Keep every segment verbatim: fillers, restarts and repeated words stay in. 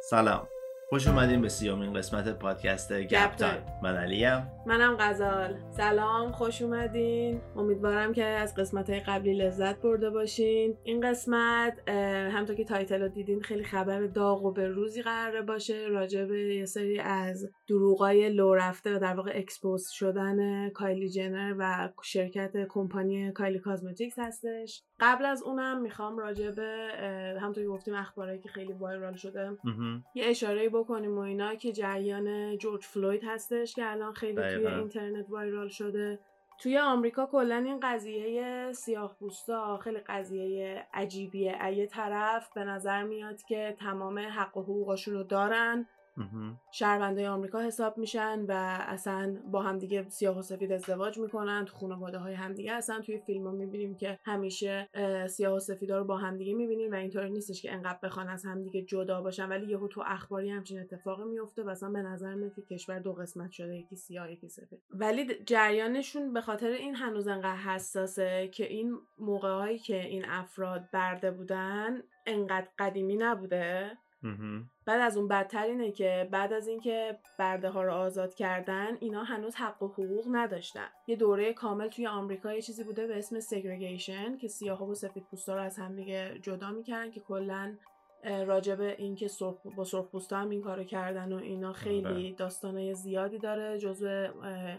سلام، خوش اومدین به سیومین قسمت پادکست گپ تایم. من علیم. منم غزال. سلام، خوش اومدین. امیدوارم که از قسمت‌های قبلی لذت برده باشین. این قسمت همونطور که تایتل رو دیدین خیلی خبر داغ و به روزی قراره باشه راجع به یه سری از دروغای لو رفته و در واقع اکسپوز شدن کایلی جنر و شرکت کمپانی کایلی کازمتیکس هستش. قبل از اونم میخوام راجع به همونطور که گفتیم اخباری که خیلی وایرال شده یه اشاره بکنیم و اینا که جریان جورج فلوید هستش که الان خیلی دقیقا. توی اینترنت وایرال شده. توی آمریکا کلا این قضیه سیاه‌پوستا خیلی قضیه عجیبیه. از یه طرف به نظر میاد که تمام حق و حقوقشون رو دارن، شهروندای آمریکا حساب میشن و اصلا با همدیگه سیاه و سفید ازدواج میکنن، تو خانواده های همدیگه هستن. توی فیلم ها میبینیم که همیشه سیاه و سفیدا رو با همدیگه میبینیم و اینطوری نیستش که انقدر بخوان از همدیگه جدا باشن، ولی یهو تو اخباری همچین اتفاقی میفته و اصلا به نظر میاد که کشور دو قسمت شده، یکی سیاه یکی سفید. ولی جریانشون به خاطر این هنوز انقدر حساسه که این موقعایی که این افراد برده بودن انقدر قدیمی نبوده. بعد از اون بدتر اینه که بعد از اینکه برده ها رو آزاد کردن اینا هنوز حق و حقوق نداشتن. یه دوره کامل توی آمریکا یه چیزی بوده به اسم سگریگیشن که سیاها و سفیدپوستا رو از هم دیگه جدا میکردن، که کلا راجب این که سرخ با سرخپوستا هم این کارو کردن و اینا خیلی داستانای زیادی داره. جزو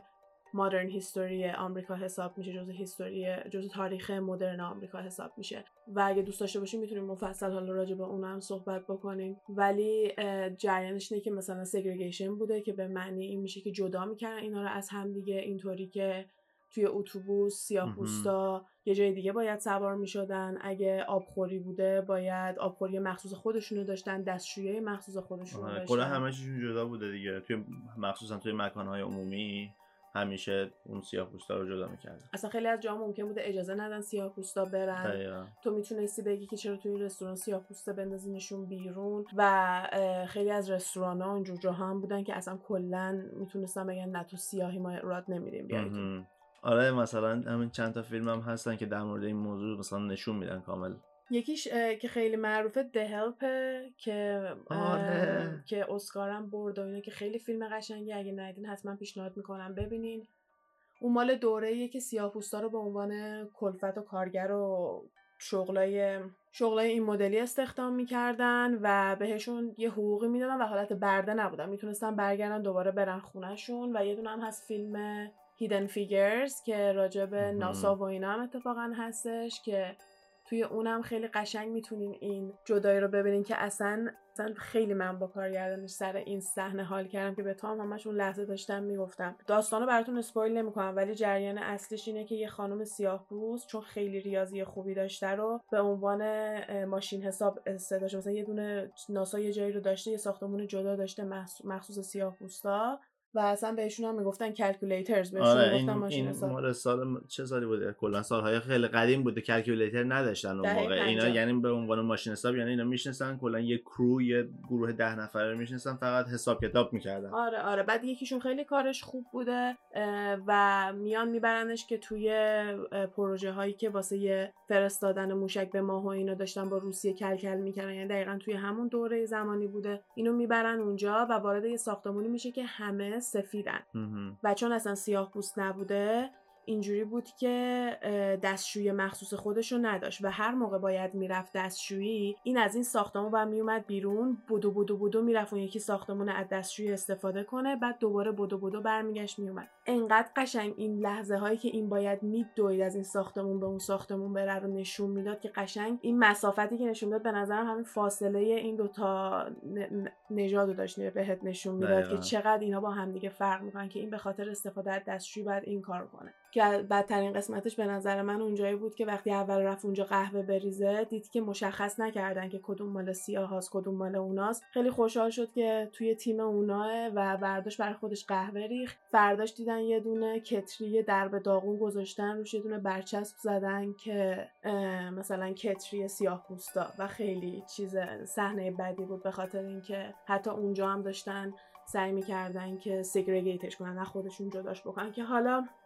مدرن هیستوری آمریکا حساب میشه، جزء هیستوری جزء تاریخ مدرن آمریکا حساب میشه و اگه دوست داشته باشین میتونیم مفصل حالا راجع به اون هم صحبت بکنیم. ولی جریانش اینه که مثلا سگریگیشن بوده که به معنی این میشه که جدا میکردن اینا رو از هم دیگه، اینطوری که توی اتوبوس سیاه‌پوستا یه جای دیگه باید سوار میشدن، اگه آبخوری بوده باید آبخوری مخصوص خودشونو داشتن، دستشویی مخصوص خودشونو داشتن. کلا همه چیزشون جدا بوده دیگه. توی مخصوصا توی مکان‌های عمومی همیشه اون سیاه‌پوستا رو جدا می‌کردن. اصلا خیلی از جاها ممکن بوده اجازه ندن سیاه‌پوستا برن. دقیقا. تو میتونستی بگی که چرا توی رستوران سیاه‌پوستا بندازینشون بیرون و خیلی از رستوران‌ها اونجور جاها هم بودن که اصلا کلاً میتونستن بگن نه تو سیاهی ما راد نمیدیم بیایید. آره مثلا همین چند تا فیلم هم هستن که در مورد این موضوع مثلا نشون میدن کامل. یکیش که خیلی معروفه The Help که آره. که اسکار هم برد و اینا، که خیلی فیلم قشنگی، اگه ندیدین حتما پیشنهاد میکنم ببینین. اون مال دوره‌ایه که سیاه‌پوستا رو به عنوان کلفت و کارگر و شغلای شغلای این مدلی استخدام میکردن و بهشون یه حقوقی میدادن و حالت برده نبودن، میتونستن برگردن دوباره برن خونهشون. و یه دونه هم هست فیلم Hidden Figures که راجع به ناسا و اینا هم اتفاقا هستش، که توی اونم خیلی قشنگ میتونین این جدایی رو ببینین که اصلا اصلا خیلی من با کارگردانش سر این صحنه حال کردم که به تام همشون لحظه داشتم میگفتم. داستانو براتون اسپویل نمیکنم ولی جریان اصلیش اینه که یه خانم سیاه‌پوست چون خیلی ریاضی خوبی داشته رو به عنوان ماشین حساب استفاده شده. مثلا یه دونه ناسا یه جایی رو داشته، یه ساختمون جدا داشته مخصوص سیاه‌پوستا و اصلا بهشون هم میگفتن کلکولیترز، بهشون آره میگفتن ماشین حساب. این مال سال چه سالی بوده؟ کلا سالهای خیلی قدیم بوده. کلکولیتر نداشتن اون موقع اینا، یعنی به عنوان ماشین حساب یعنی اینا میشناسن کلا یه کرو، یه گروه ده نفره رو میشناسن، فقط حساب کتاب میکردن. آره آره بعد یکیشون خیلی کارش خوب بوده و میان میبرنش که توی پروژه هایی که واسه یه فرستادن موشک به ماه و اینا داشتن با روسیه کلکل میکردن، یعنی دقیقاً توی همون دوره زمانی بوده. اینو میبرن اونجا و وارد یه ساختمونی میشه که همه سفیدن و چون اصلا سیاه‌پوست نبوده اینجوری بود که دستشویی مخصوص خودشو نداشت و هر موقع باید میرفت دستشویی این از این ساختمون بعد میومد بیرون، بودو بودو بودو میرفت اون یکی ساختمون از دستشویی استفاده کنه، بعد دوباره بودو بودو برمیگشت میومد. انقدر قشنگ این لحظه هایی که این باید میدوید از این ساختمون به اون ساختمون بره رو نشون میداد که قشنگ این مسافتی که نشون داد به نظرم همین فاصله این دوتا نژاد رو داشت بهت نشون میداد که چقدر اینا با هم دیگه فرق میکنن، که این به خاطر استفاده از دستشویی بعد این کارو کنه. که بدترین قسمتش به نظر من اونجایی بود که وقتی اول رفت اونجا قهوه بریزه دید که مشخص نکردن که کدوم مال سیاهاست کدوم مال اوناست. خیلی خوشحال شد که توی تیم اوناه و برداشت برای خودش قهوه ریخت. فرداش دیدن یه دونه کتری درب داغون گذاشتن روش یه دونه برچسب زدن که مثلا کتری سیاه‌پوستا و خیلی چیز صحنه بدی بود، به خاطر اینکه حتی اونجا هم داشتن سعی می‌کردن که سگریگیتش کنن، نه خودشون جداش بکنن. که حالا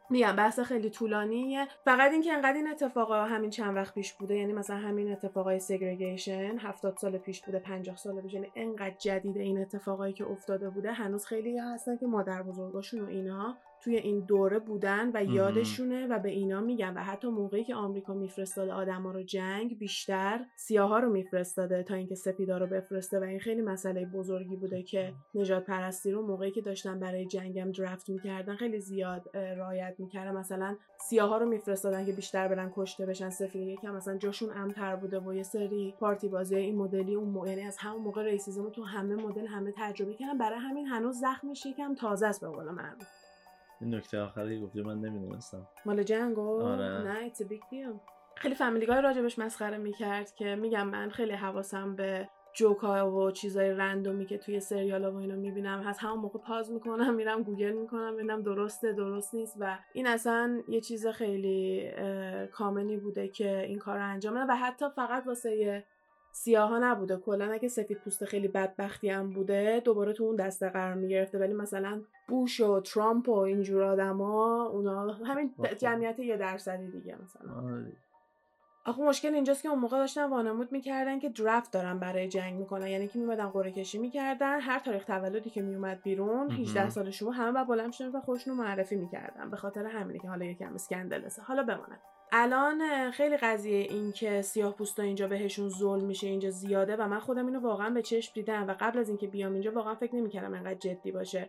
میگم بحث خیلی طولانیه. فقط این که انقدر این اتفاقا همین چند وقت پیش بوده، یعنی مثلا همین اتفاقای سگریگیشن هفتاد سال پیش بوده، پنجاه سال پیش، یعنی انقدر جدیده این اتفاقایی که افتاده بوده. هنوز خیلی هستن که مادر بزرگاشون و اینا توی این دوره بودن و یادشونه و به اینا میگن. و حتی موقعی که آمریکا میفرستاده آدما رو جنگ، بیشتر سیاها رو میفرستاده تا اینکه سفیدا رو بفرسته. و این خیلی مسئله بزرگی بوده که نژاد پرستی رو موقعی که داشتن برای جنگم درافت میکردن خیلی زیاد رعایت میکردن. مثلا سیاها رو میفرستادن که بیشتر برن کشته بشن، سفیدا یکم مثلا جاشون امن‌تر بوده. و یه سری پارتی بازی این مدلی اون موقع، یعنی از همون موقع ریسیسم تو همه مدل همه تجربه کردن. برای همین هنوز زخمش یکم تازه است به قول معروف. این نکته آخری گفتی من نمیدونستم مال جنگو. آره. نه it's a big deal. خیلی فامیلیگای راجبش مسخره میکرد که میگم من خیلی حواسم به جوکا و چیزای رندومی که توی سریالا و اینا میبینم از همون موقع پاز میکنم میرم گوگل میکنم ببینم درسته درست نیست. و این اصلا یه چیز خیلی کامنی بوده که این کار رو انجام بدن. و حتی فقط واسه سیاها نبوده، کلا اگه سفید پوست خیلی بدبختی هم بوده دوباره تو اون دسته قرار میگرفته. ولی مثلا بوش و ترامپ و اینجور آدما اونا همین جمعیت یه درصدی دیگه مثلا. آخه مشکل اینجاست که اون موقع داشتن وانمود میکردن که درافت دارن برای جنگ میکنن، یعنی که میمدن قرعه کشی میکردن هر تاریخ تولدی که میومد بیرون هجده سالشون همه بعد بلند میشدن و خودشونو معرفی میکردن. به خاطر همینه که حالا یکم اسکندلسه. حالا بمونه الان خیلی قضیه این که سیاه‌پوستا اینجا بهشون ظلم میشه اینجا زیاده و من خودم اینو واقعا به چشم دیدم و قبل از اینکه بیام اینجا واقعا فکر نمی‌کردم اینقدر جدی باشه.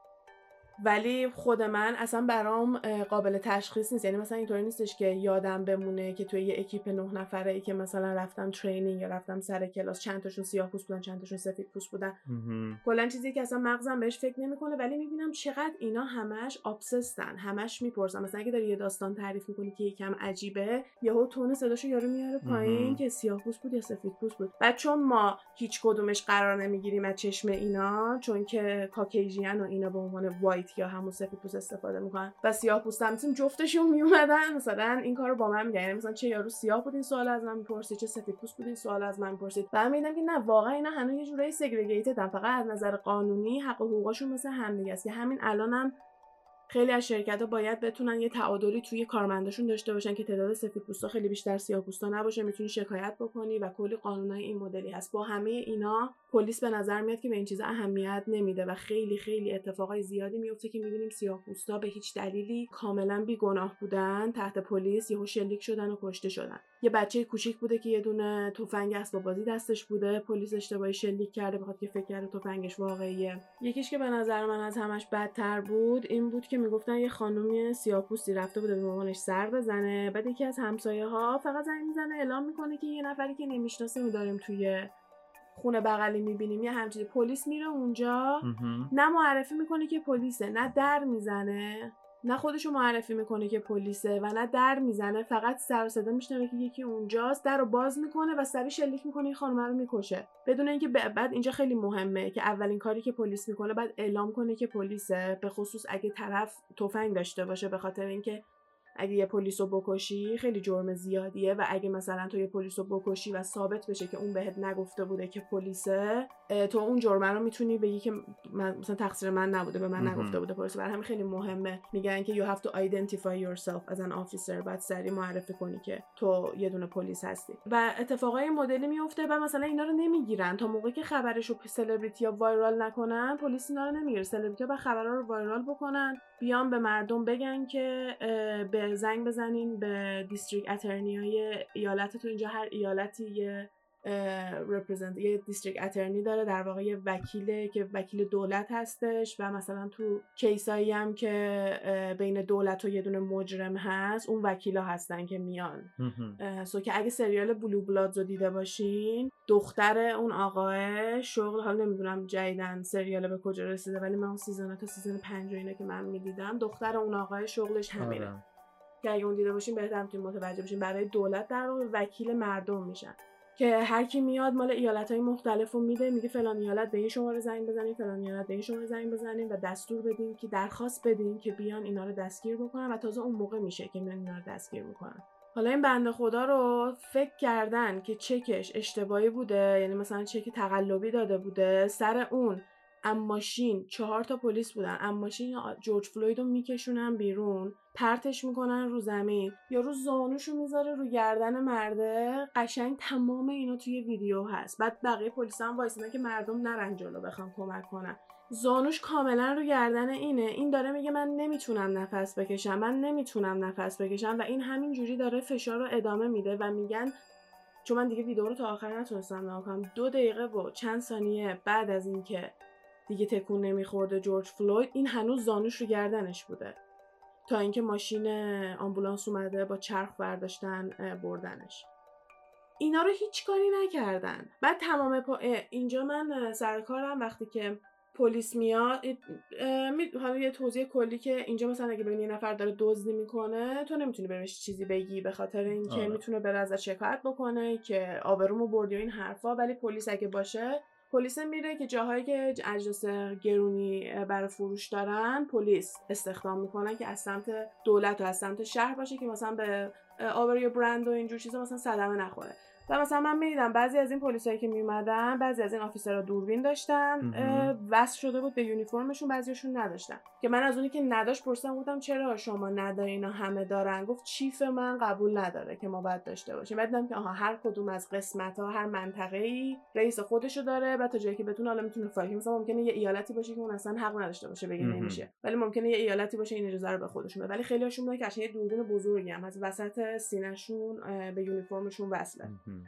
ولی خود من اصلا برام قابل تشخیص نیست. یعنی مثلا اینطوری نیستش که یادم بمونه که توی یه اکیپ نه نفره ای که مثلا رفتم ترینینگ یا رفتم سر کلاس چند تاشون سیاه‌پوست بودن چند تاشون سفیدپوست بودن. کلا چیزی که اصلا مغزم بهش فکر نمیکنه. ولی میبینم چقدر اینا همش ابسستن، همش میپرسن. مثلا اگه داری یه داستان تعریف میکنی که یکم عجیبه یهو تون صداشو یارو میاره پایین که سیاه‌پوست بود یا سفیدپوست بود. بعد چون ما هیچ کدومش قرار نمیگیریم از چشم اینا، چون که کاکیژین و اینا به عنوان وایت یا همون سفیدپوست استفاده میکنن و سیاه‌پوست هم مثلا جفتشون میومدن مثلا این کارو با من میگن. یعنی مثلا چه یارو سیاه بود این سوال از من میپرسید چه سفیدپوست بود این سوال از من میپرسید. و من میگم که نه واقعا اینا هنوز یه جورایی سگریگیتدن، فقط از نظر قانونی حق و حقوقشون مثل هم دیگه است. که همین الانم خیلی از شرکت‌ها باید بتونن یه تعادلی توی کارمنداشون داشته باشن که تعداد سفیدپوستا خیلی بیشتر سیاه‌پوستا نباشه. میتونی شکایت بکنی و کلی قانونای این مدلی هست. با همه اینا پلیس به نظر میاد که به این چیزا اهمیت نمیده و خیلی خیلی اتفاقای زیادی میفته که میبینیم سیاه‌پوستا به هیچ دلیلی کاملا بیگناه بودن تحت پلیس یهو شلیک شدن و کشته شدن. یه بچه کوچیک بوده که یه دونه تفنگ اسباب بازی دستش بوده، پلیس اشتباهی شلیک کرده بخاطر که فکر کرده تفنگش واقعیه. یکیش که به نظر من از همش بدتر بود این بود که میگفتن یه خانومی سیاه‌پوستی رفته بوده به مامانش سر بزنه، بعد یکی از همسایه‌ها فقط زنگ میزنه اعلام میکنه که یه نفری که نمیشناسه می‌داریم توی خونه بغلی میبینیم یه همچین. پلیس میره اونجا نه معرفی میکنه که پلیسه، نه در میزنه، نه خودشو معرفی میکنه که پلیسه و نه در میزنه، فقط سر و صدا میشنوه که یکی اونجاست، درو باز میکنه و سری شلیک میکنه این خانم رو میکشه بدون اینکه بعد اینجا خیلی مهمه که اولین کاری که پلیس میکنه بعد اعلام کنه که پلیسه، به خصوص اگه طرف تفنگ داشته باشه، به خاطر اینکه اگه یه پلیسو بکشی خیلی جرم زیادیه و اگه مثلا تو یه پلیسو بکشی و ثابت بشه که اون بهت نگفته بوده که پلیسه، تو اون جرم رو میتونی بگی که من مثلا تقصیر من نبوده، به من نگفته بوده پلیس. برای همین خیلی مهمه میگن که you have to identify yourself as an officer، بعد سری معرفی کنی که تو یه دونه پلیس هستی. و اتفاقای مدلی میفته و مثلا اینا رو نمیگیرن تا موقعی که خبرشو سلبریتی‌ها وایرال نکنن. پلیس اینا رو نمیگیره، سلبریتی‌ها با خبرها رو وایرال بکنن بیان به مردم بگن که به زنگ بزنین به دیستریکت اترنیای ایالتتون. اینجا هر ایالتی یه رپرزنت یه دیستریکت اترنی داره، در واقع یه وکیله که وکیل دولت هستش و مثلا تو کیسایی هم که بین دولت و یه دونه مجرم هست اون وکیلا هستن که میان. سو که اگه سریال بلو بلادز رو دیده باشین دختر اون آقاه شغل، حالا نمیدونم جدیدن سریال به کجا رسیده ولی من اون سیزن تا سیزن پنج اینه که من میدیدم دختر اون آقاه شغلش همینه. آره. که اگه اون دیده باشین بهتر میتونین متوجه بشین. برای دولت در واقع وکیل مردم میشن که هر کی میاد مال ایالت‌های مختلفو میده، میگه فلان ایالت به این شماره زنگ بزنین، فلان ایالت به این شماره زنگ بزنین و دستور بدین که درخواست بدین که بیان اینا رو دستگیر بکنن و تازه اون موقع میشه که میان اینا رو دستگیر میکنن. حالا این بنده خدا رو فکر کردن که چکش اشتباهی بوده، یعنی مثلا چک تقلبی داده بوده، سر اون اما ماشین چهار تا پلیس بودن، اما ماشین جورج فلوید رو میکشونن بیرون، پرتش میکنن رو زمین، یارو زانوشو میذاره رو گردن مرده. قشنگ تمام اینا توی ویدیو هست. بعد بقیه پلیسا هم وایسادن که مردم نرن جلو بخوام کمک کنن. زانوش کاملا رو گردن اینه. این داره میگه من نمیتونم نفس بکشم، من نمیتونم نفس بکشم و این همین جوری داره فشار رو ادامه میده و میگن، چون من دیگه ویدیو رو تا آخر نتونستم نگاه کنم، دو دقیقه و چند ثانیه بعد از اینکه دیگه تکون نمیخورده جورج فلوید، این هنوز زانوش رو گردنش بوده تا اینکه ماشین آمبولانس اومده با چرخ برداشتن بردنش. اینا رو هیچ کاری نکردن. بعد تمام پا... اینجا من سر کارم وقتی که پلیس میاد، حالا یه توضیح کلی که اینجا مثلا اگه ببینی یه نفر داره دزدی میکنه، تو نمیتونی بهش چیزی بگی به خاطر اینکه میتونه بره ازش شکایت بکنه که آبرومو بردی و این حرفا. ولی پلیس اگه باشه، پلیس میره که جاهایی که اجناس گرونی برای فروش دارن، پلیس استخدام میکنن که از سمت دولت و از سمت شهر باشه که مثلا به آبروی برند و اینجور چیزا مثلا صدمه نخوره. و مثلا من می‌دیدم بعضی از این پلیسایی که میومدن، بعضی از این آفیسرها دوربین داشتن، وصل شده بود به یونیفرمشون، بعضیاشون نداشتن. که من از اونی که نداشت پرسیدم، گفتم چرا شما نداری؟ اینا همه دارن. گفت چیف من قبول نداره که ما باید داشته باشیم. بعد دیدم که آها هر کدوم از قسمت‌ها، هر منطقه‌ای رئیس خودشو داره، بعد تا جایی که بتونه حالا میتونه فایل. مثلا ممکنه یه ایالتی باشه که اون اصلا حق نداشته باشه بگه نمیشه، ولی ممکنه یه ایالتی باشه این اجازه رو به خودشون بده. ولی خیلی‌هاشون میگن که اصلا یه دوربین بزرگی هم از وسط سینه‌شون به یونیفرمشون وصله.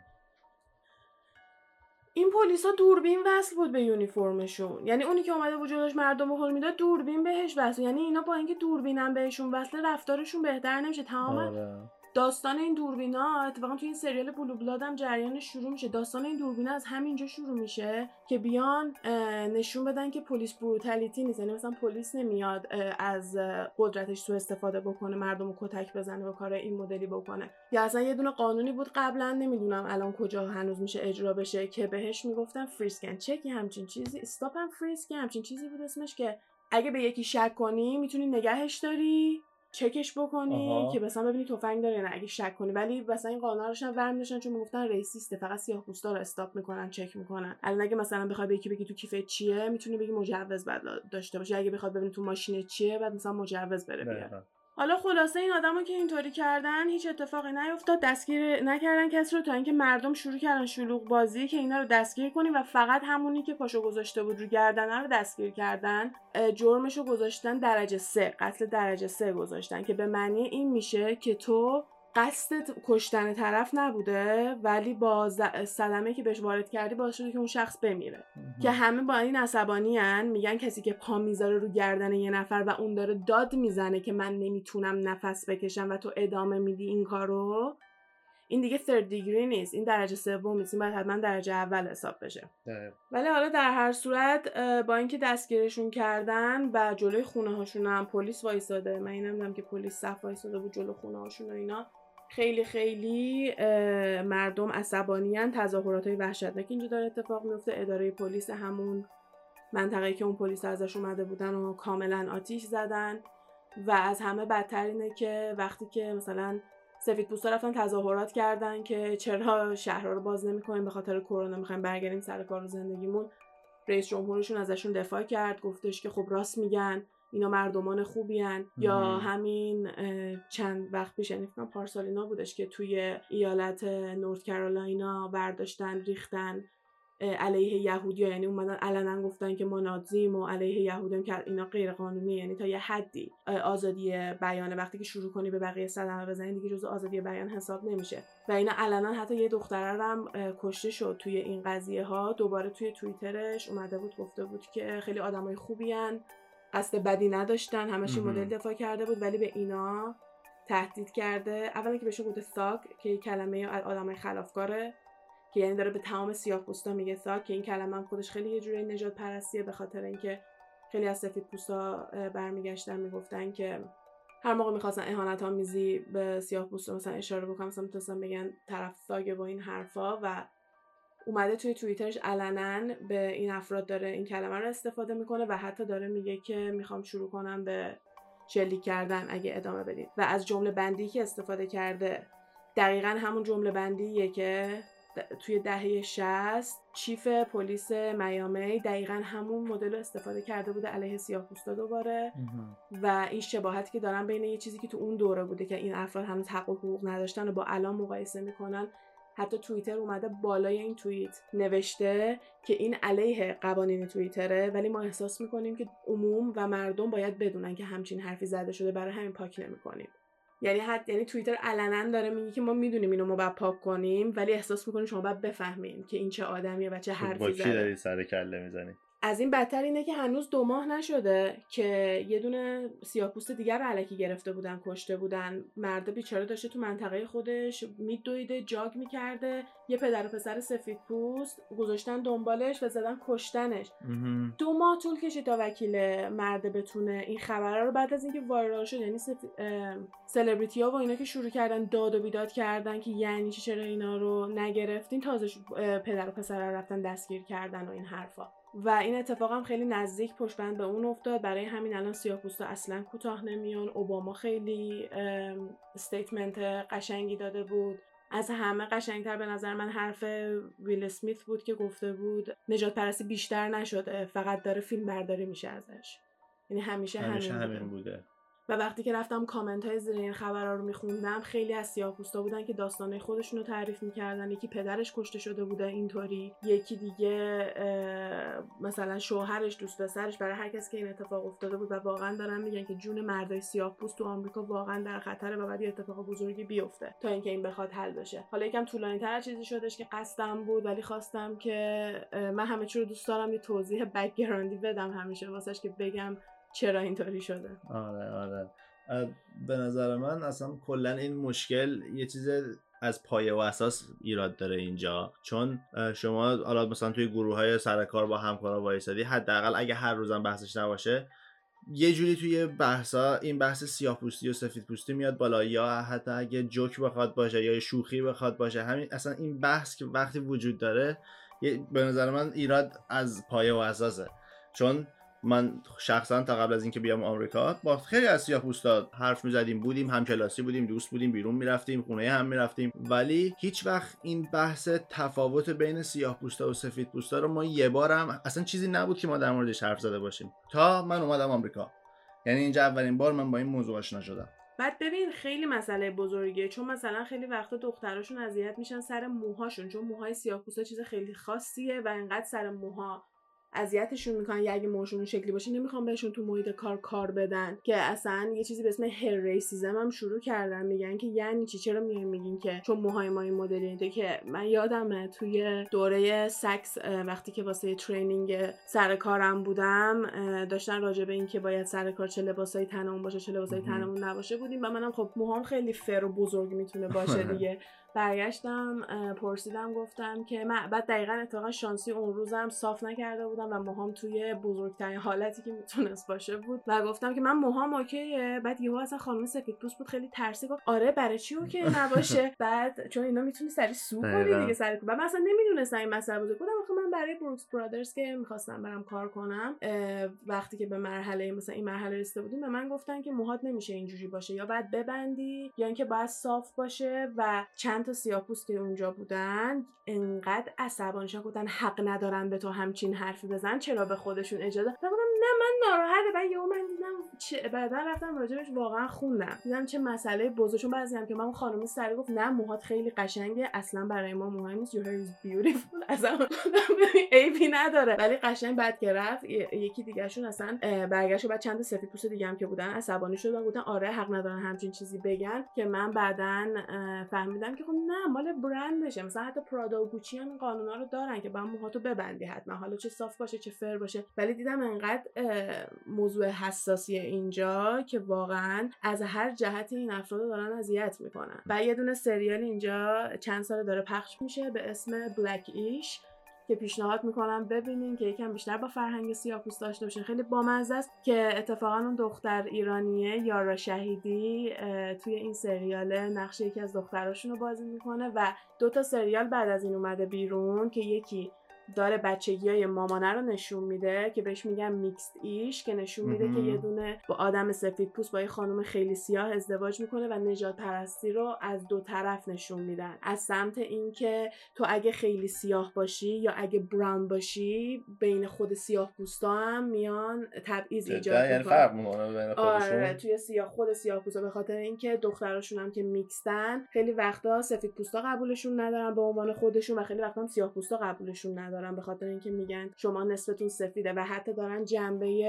این پلیسا دوربین وصل بود به یونیفرمشون، یعنی اونی که اومده بود جلوش مردم رو هل میداد دوربین بهش وصل. یعنی اینا با اینکه دوربینم بهشون وصله رفتارشون بهتر نمیشه. تمام داستان این دوربینا اتفاقا تو این سریال بلو بلاد هم جریانش شروع میشه. داستان این دوربینا از همینجا شروع میشه که بیان نشون بدن که پلیس بروتالیتی نیست. یعنی مثلا پلیس نمیاد از قدرتش سوء استفاده بکنه، مردم رو کتک بزنه و کار این مدلی بکنه. یا اصلا یه دونه قانونی بود قبلا، نمیدونم الان کجا هنوز میشه اجرا بشه، که بهش میگفتن فریسکن چک، همچین چیزی، استاپ اند فریسک، همچین چیزی بود اسمش، که اگه به یکی شک کنی میتونی نگهش داری، چکش بکنی آها. که مثلا ببینی تفنگ داره یا نه اگه شک کنی. ولی مثلا این قانونا روشن ور می‌داشتن چون میگفتن ریسیسته، فقط سیاه‌پوستا رو استاپ میکنن، چک میکنن. الان اگه مثلا بخوای به یکی بگی تو کیفت چیه، میتونی بگی مجوز بعد داشته باشه. اگه بخواد ببینی تو ماشینت چیه، بعد مثلا مجوز بره بیاره. حالا خلاصه این آدمو که اینطوری کردن هیچ اتفاقی نیفتاد، دستگیر نکردن کسی رو، تا اینکه مردم شروع کردن شلوغ بازی که اینا رو دستگیر کنیم و فقط همونی که پاشو گذاشته بود رو گردنه رو دستگیر کردن. جرمشو گذاشتن درجه سه، قتل درجه سه گذاشتن، که به معنی این میشه که تو قصد کشتن طرف نبوده ولی با صدمه که بهش وارد کردی باعث شده که اون شخص بمیره. که همه با این عصبانی ان، میگن کسی که پا میذاره رو گردن یه نفر و اون داره داد میزنه که من نمیتونم نفس بکشم و تو ادامه میدی این کارو، این دیگه third degree نیست، این درجه سوم نیست، این باید حتما درجه اول حساب بشه. ده. ولی حالا در هر صورت با اینکه دستگیرشون کردن و جلوی خونه هاشون هم پلیس وایساده، من اینم دیدم که پلیس صف وایساده بود جلوی خونه هاشون و اینا، خیلی خیلی مردم عصبانیان، تظاهراتای وحشتناک اینجا داره اتفاق میفته. اداره پلیس همون منطقه‌ای که اون پلیس ازش اومده بودن و کاملا آتیش زدن. و از همه بدتر اینه که وقتی که مثلا سفیدپوستا رفتن تظاهرات کردن که چرا شهرها رو باز نمی‌کنیم، به خاطر کرونا می‌خوایم برگردیم سر کار و زندگیمون، رئیس جمهورشون ازشون دفاع کرد، گفتش که خب راست میگن، اینا مردمان خوبی هن. یا همین چند وقت پیش، یعنی فکر کنم پارسالینا بودش که توی ایالت نورت کارولاینا برداشتن ریختن علیه یهودی‌ها، یعنی اومدن علنا گفتن که ما نازیم و علیه یهودیم، که اینا غیر قانونیه. یعنی تا یه حدی آزادی بیان، وقتی که شروع کنی به بقیه صدمه بزنی دیگه جزء آزادی بیان حساب نمیشه. و اینا علنا حتی یه دختره هم کشته شد توی این قضیه ها. دوباره توی توییترش اومده بود گفته بود که خیلی آدمای خوبی ان، قصد بدی نداشتن، همش این مدل دفاع کرده بود، ولی به اینا تهدید کرده. اولا که بهش گفته ثاگ، که یه کلمه آدمای خلافکاره، که یعنی داره به تمام سیاه‌پوستا میگه ثاگ، که این کلمه هم خودش خیلی یه جوری نژاد پرستیه، به خاطر اینکه خیلی از سفیدپوستا برمیگشتن میگفتن که هر موقع میخواستن اهانت آمیزی به سیاه‌پوستا مثلا اشاره بکنن، مثلا میتونستن بگن طرف ثاگه و این حرفا. و اومده توی توییترش علنا به این افراد داره این کلمه رو استفاده میکنه و حتی داره میگه که میخوام شروع کنم به شلیک کردن اگه ادامه بدید. و از جمله بندی که استفاده کرده دقیقاً همون جمله بندیه که توی دهه شصت چیف پلیس میامی دقیقاً همون مدل استفاده کرده بوده علیه سیاه‌پوستا دوباره و این شباهتی که دارن بین یه چیزی که تو اون دوره بوده که این افراد هنوز حق و حقوق نداشتن و با الان مقایسه میکنن. حتی توییتر اومده بالای این توییت نوشته که این علیه قوانین توییتره ولی ما احساس میکنیم که عموم و مردم باید بدونن که همچین حرفی زده شده، برای همین پاک نمیکنیم. یعنی حتی یعنی توییتر علنا داره میگه که ما میدونیم اینو ما باید پاک کنیم ولی احساس میکنیم شما باید بفهمین که این چه آدمیه و چه حرفی زده. با کی داری سر کله میزنی؟ از این بدتر اینه که هنوز دو ماه نشده که یه دونه سیاه‌پوست دیگر رو الکی گرفته بودن، کشته بودن. مرد بیچاره داشته تو منطقه خودش میدویده، جاگ میکرده، یه پدر و پسر سفیدپوست گذاشتن دنبالش و زدن کشتنش. دو ماه طول کشید تا وکیل مرد بتونه این خبرها رو بعد از اینکه وایرال شد، یعنی سف... سلبریتی ها و اینا که شروع کردن داد و بیداد کردن که یعنی چی چرا اینا رو نگرفتین، تازه پدر و پسر رو رفتن دستگیر کردن و این حرفا. و این اتفاق هم خیلی نزدیک پشت بند به اون افتاد. برای همین الان سیاه‌پوستا اصلا کوتاه نمیان. اوباما خیلی استیتمنت قشنگی داده بود. از همه قشنگتر به نظر من حرف ویل اسمیت بود که گفته بود نجات پرستی بیشتر نشده، فقط داره فیلم برداری میشه ازش. یعنی همیشه, همیشه همین, همین بوده. بوده. و وقتی که رفتم کامنت های زیر این خبرها رو میخوندم خیلی از سیاه‌پوستا بودن که داستانه خودشون رو تعریف میکردن. یکی پدرش کشته شده بوده اینطوری، یکی دیگه مثلا شوهرش، دوست پسرش، برای هر کسی که این اتفاق افتاده بود و واقعا دارن میگن که جون مردای سیاه‌پوست تو آمریکا واقعا در خطره و بعد یه اتفاق بزرگی بیفته تا اینکه این بخواد حل بشه. حالا یکم طولانی‌تر چیزی شدش که قصدم بود ولی خواستم که من همه چی رو دوست دارم یه توضیح بک‌گراندی بدم همیشه واسش که بگم چرا اینطوری شده. آره آره به نظر من اصلا کلا این مشکل یه چیز از پایه و اساس ایراد داره اینجا، چون شما حالا مثلا توی گروه‌های سرکار با همکارا وایسادی، حداقل اگه هر روزم بحثش نباشه یه جوری توی بحثا این بحث سیاه‌پوستی و سفیدپوستی میاد بالا، یا حتی اگه جوک بخواد باشه یا شوخی بخواد باشه، همین اصلا این بحث که وقتی وجود داره به نظر من ایراد از پایه و اساسه. چون من شخصا تا قبل از اینکه بیام آمریکا با خیلی از سیاه‌پوستا حرف می‌زدیم، بودیم هم کلاسی بودیم، دوست بودیم، بیرون می‌رفتیم، خونه هم می‌رفتیم، ولی هیچ وقت این بحث تفاوت بین سیاه‌پوستا و سفیدپوستا رو ما یه بارم اصلا چیزی نبود که ما در موردش حرف زده باشیم تا من اومدم آمریکا. یعنی اینجا اولین بار من با این موضوع آشنا شدم. بعد ببین خیلی مسئله بزرگیه، چون مثلا خیلی وقتا دختراشون اذیت میشن سر موهاشون، چون موهای سیاه‌پوستا چیز خیلی خاصیه و انقدر سر موها اذیتشون میکنن یا اگه موهاشون اون شکلی باشه نمیخوام بهشون تو محیط کار کار بدن، که اصلا یه چیزی به اسم هیر ریسیزم هم شروع کردن. میگن که یعنی چی، چرا میایم میگین که چون موهای ما این مدلی؟ که من یادمه توی دوره سکس وقتی که واسه ترینینگ سر کارم بودم داشتن راجع به این که باید سر کار چه لباسای تنمون باشه چه لباسای تنمون نباشه بودیم و منم خب موهام خیلی فر و بزرگ میتونه باشه دیگه. برگشتم پرسیدم گفتم که من بعد دقیقاً اتفاقا شانسی اون روزم صاف نکرده بودم و موهام توی بزرگترین حالتی که میتونست باشه بود و گفتم که من موهام اوکیه. بعد یهو اصلا خانم سفیدپوست بود خیلی ترسی گفت آره برای چی اوکی نباشه؟ بعد چون اینا میتونی سری سو کنی دیگه سر بعد من اصلا نمیدونستم این مسئله بود. گفتم آخه من برای بروکس برادرز که میخواستم برام کار کنم وقتی که به مرحله مثلا این مرحله رسیده بودیم به من گفتن که موهات نمیشه اینجوری باشه، یا بعد ببندی یا اینکه باید صاف باشه. و چند تا سیاه‌پوست که اونجا بودن انقدر عصبانی شدن گفتن حق ندارن به تو همچین حرفی بزنن، چرا به خودشون اجازه؟ گفتم نه من ناراحته. بعد یهو من دیدم چه بعدا رفتم راجبش واقعا خوندم دیدم چه مسئله بزرگشون. بعضی هم که من خانم سری گفت نه موهات خیلی قشنگه، اصلا برای ما مهم نیست، your hair is beautiful، اصلا عیبی نداره. ولی قشنگ بعد که رفت یکی دیگه شون اصلا برگشت و بعد چند تا سفیدپوست دیگه هم که بودن عصبانی شدن و گفتن آره حق ندارن همچین چیزی بگن، که من بعداً فهمیدم که خب نه مال برندشه. مثلا حتی پرادا و گوچی هم قانونا رو دارن که باید موهاتو ببندی حتما، حالا چه صاف باشه چه فر باشه. ولی دیدم انقدر موضوع حساسیه اینجا که واقعا از هر جهتی این افراد دارن اذیت میکنن. و یه دونه سریال اینجا چند سال داره پخش میشه به اسم بلک ایش که پیشنهاد میکنم ببینین که یکم بیشتر با فرهنگ سیاه‌پوست داشته باشین. خیلی بامزه است که اتفاقا اون دختر ایرانیه یارا شهیدی توی این سریال نقش یکی از دختراشون رو بازی میکنه و دو تا سریال بعد از این اومده بیرون که یکی داره بچگیای مامانه رو نشون میده که بهش میگن میکسد ایش، که نشون میده که یه دونه با آدم سفید پوست با یه خانم خیلی سیاه ازدواج میکنه و نژاد پرستی رو از دو طرف نشون میدن. از سمت اینکه تو اگه خیلی سیاه باشی یا اگه براون باشی، بین خود سیاه پوستا هم میان تبعیض ایجاد میکنن. یعنی فرق میکنه بین خودشون. آره توی سیاه خود سیاه پوستا، به خاطر اینکه دختراشون هم که میکسن خیلی وقتا سفید پوستا قبولشون ندارن به عنوان خودشون و خیلی وقتا هم سیاه پوستا قبولشون ندارن به خاطر اینکه میگن شما نصفتون سفیده و حتی دارن جنبه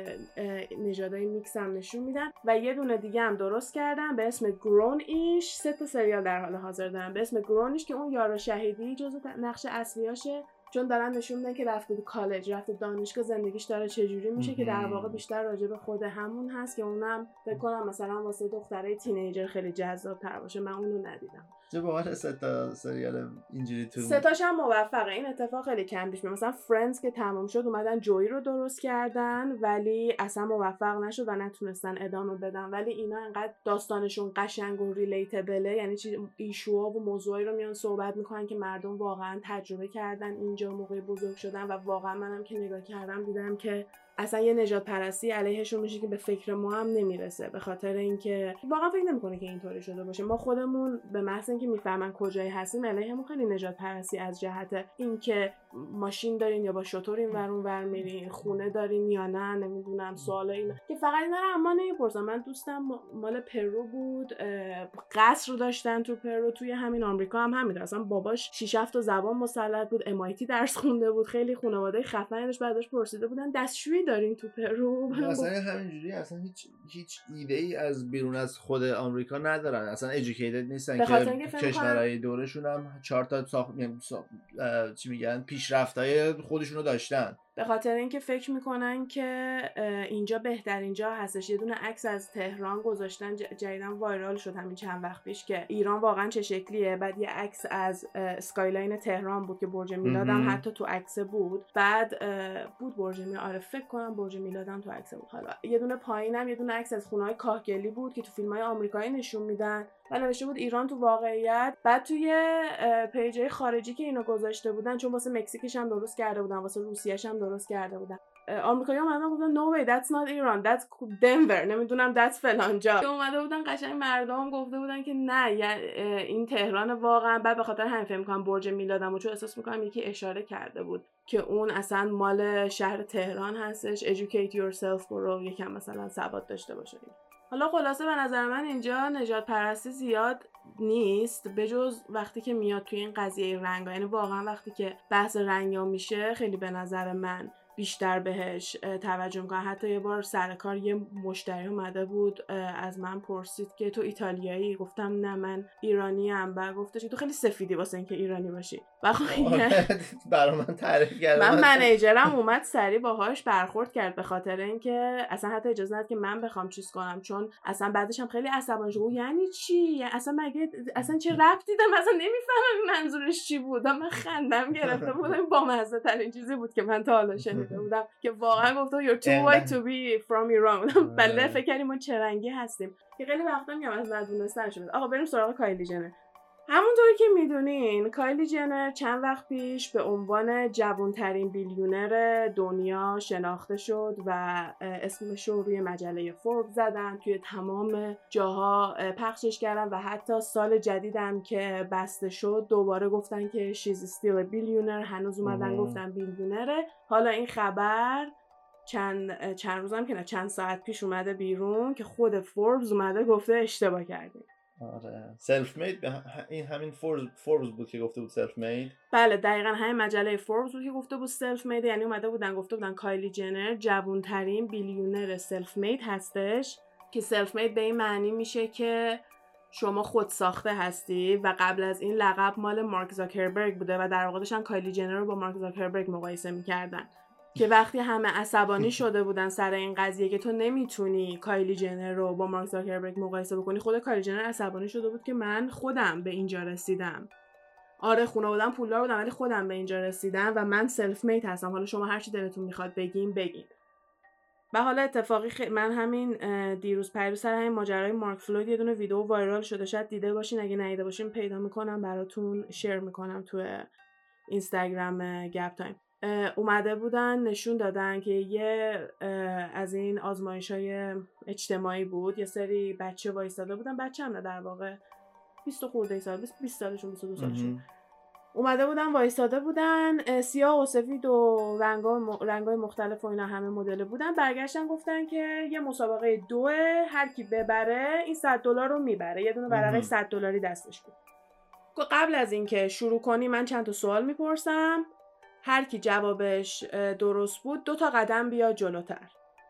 نژادای میکس هم نشون میدن. و یه دونه دیگه هم درست کردن به اسم گرون ایش، سه تا سریال در حال حاضر دارن به اسم گرون ایش که اون یارا شهیدی جزو نقش اصلیاشه، چون دارن نشون میدن که رفته کالج، رفته دانشگاه، زندگیش داره چجوری میشه که در واقع بیشتر راجع به خود همون هست که اونم فکر کنم مثلا واسه دخترای تینیجر خیلی جذاب تر باشه. من اونو ندیدم. چه باحال سه تا سریال اینجوری تو سه تاش هم موفقه. این اتفاق خیلی کم پیش میاد. مثلا فرندز که تمام شد اومدن جویی رو درست کردن ولی اصلا موفق نشد و نتونستن ادامه بدن، ولی اینا انقدر داستانشون قشنگ و ریلیتبله، یعنی چی ایشوها و موضوعی رو میان صحبت میکنن که مردم واقعا تجربه کردن اینجا موقع بزرگ شدن و واقعا منم که نگاه کردم دیدم که اصلا یه نژاد پرستی علیهشون میشه که به فکر ما هم نمیرسه، به خاطر اینکه واقعا فکر نمیکنه که اینطوری شده باشه. ما خودمون به محض اینکه میفهمن کجای هستیم علیهمون خیلی نژاد پرستی از جهت اینکه ماشین دارین یا با شتر این ور اون ور میرین، خونه دارین یا نه، نمیدونم سوالا اینا که فقط اینا رو اما نمیپرسن. من دوستم مال پرو بود، قصر رو داشتن تو پرو، توی همین آمریکا هم همین، اصلا باباش شش هفت تا زبان مسلط بود، ام آی تی درس خونده بود، خیلی خانواده خفنی داشت. بعدش پرسیده بودن دستشویی دارین تو پرو؟ اصلا همینجوری اصلا هیچ هیچ ایده ای از بیرون از خود آمریکا ندارن، اصلا ادوکیتد نیستن که کشورهای دورشون هم چهار تا ساخت ساخ... چی میگن پیشرفت‌های خودشونو داشتن، به خاطر اینکه فکر میکنن که اینجا بهترین جا هستش. یه دونه عکس از تهران گذاشتن جدیداً وایرال شد همین چند وقت پیش که ایران واقعا چه شکلیه. بعد یه عکس از اسکایلاین تهران بود که برج میلاد هم حتی تو عکس بود. بعد بود برج میلاد، آره فکر کنم برج میلاد هم تو عکس بود. حالا یه دونه پایینم یه دونه عکس از خونه‌های کاهگلی بود که تو فیلم‌های آمریکایی نشون میدن و نوشته بود ایران تو واقعیت. بعد توی پیجای خارجی که اینو گذاشته بودن، چون واسه مکزیکش هم درست کرده بودن، واسه روسیه‌ش هم درست کرده بودن، آمریکایی‌ها اومدن گفتن no way that's not Iran that's Denver، نمیدونم that's فلان جا. اومده بودن قشنگ مردم گفته بودن که نه این تهران واقعا. بعد به خاطر همین فکر می‌کنم برج میلادم و چون احساس می‌کنم یکی اشاره کرده بود که اون اصلا مال شهر تهران هستش. educate yourself برو یکم مثلا سواد داشته باشه. حالا خلاصه به نظر من اینجا نژاد پرستی زیاد نیست بجز وقتی که میاد توی این قضیه رنگا، یعنی واقعا وقتی که بحث رنگا میشه خیلی به نظر من بیشتر بهش توجه میکنن. حتی یه بار سر کار یه مشتری اومده بود از من پرسید که تو ایتالیایی؟ گفتم نه من ایرانی ام. بعد گفتش تو خیلی سفیدی واسه اینکه ایرانی باشی. و خب برای من تعریف کرد. من منیجرم اومد سریع باهاش برخورد کرد به خاطر اینکه اصلا حتی اجازه نداد که من بخوام چیز کنم، چون اصلا بعدش هم خیلی عصبانی شد. یعنی چی؟ اصلا مگه اصلا چه ربطی داره؟ مثلا نمیفهمم منظورش چی بود. من خندم گرفته بود. با مزه ترین چیزی بود که من تا حالا شنیده بودم که واقعا گفت you're too white to be from Iran. بله فکر کردیم ما چه رنگی هستیم که خیلی وقتا میگم از ندونستنش بود. آقا بریم سراغ کایلی جنر. همونطوری که میدونین کایلی جنر چند وقت پیش به عنوان جوانترین بیلیونر دنیا شناخته شد و اسمش رو روی مجله فورب زدن، توی تمام جاها پخشش کردن و حتی سال جدیدم که بسته شد دوباره گفتن که she's still a billionaire، هنوز اومدن گفتن بیلیونره. حالا این خبر چند چند روزم که نه چند ساعت پیش اومده بیرون که خود فوربس اومده گفته اشتباه کردیم. آره سلف مید این همین فوربس بود که گفته بود سلف مید. بله دقیقاً همین مجله فوربس بود که گفته بود سلف مید، یعنی اومده بودن گفته بودن کایلی جنر جوانترین بیلیونر سلف مید هستش که سلف مید به این معنی میشه که شما خود ساخته هستی و قبل از این لقب مال مارک زاکربرگ بوده و در واقع داشتن کایلی جنر رو با مارک زاکربرگ مقایسه میکردن که وقتی همه عصبانی شده بودن سر این قضیه که تو نمیتونی کایلی جنر رو با مارک زاکربرگ مقایسه بکنی، خود کایلی جنر عصبانی شده بود که من خودم به اینجا رسیدم. آره خانواده‌ام پولدار بودن ولی خودم به اینجا رسیدم و من سلف مید هستم. حالا شما هر چی دلتون میخواد بگین بگین. و حالا اتفاقی خ... من همین دیروز پیروز سر همین ماجرای مارک فلوید یه دونه ویدیو وایرال شده، شاید دیده باشین، اگه ندیده باشین پیدا میکنم براتون شیر میکنم تو اینستاگرام گپ تایم اومده بودن نشون دادن که یه از این آزمایش‌های اجتماعی بود، یه سری بچه وایساده بودن، بچه هم نه در واقع بیست خورده سال، بیست سالشون بیست و دو سالشون اومده بودن وایساده بودن، سیاه و سفید و رنگای رنگای مختلف و اینا همه مدل بودن. برگشتن گفتن که یه مسابقه دوه، هر کی ببره این صد دلار رو میبره. یه دونه ورقه صد دلاری دستش بود. قبل از اینکه شروع کنی من چند تا سوال میپرسم، هر کی جوابش درست بود دو تا قدم بیا جلوتر.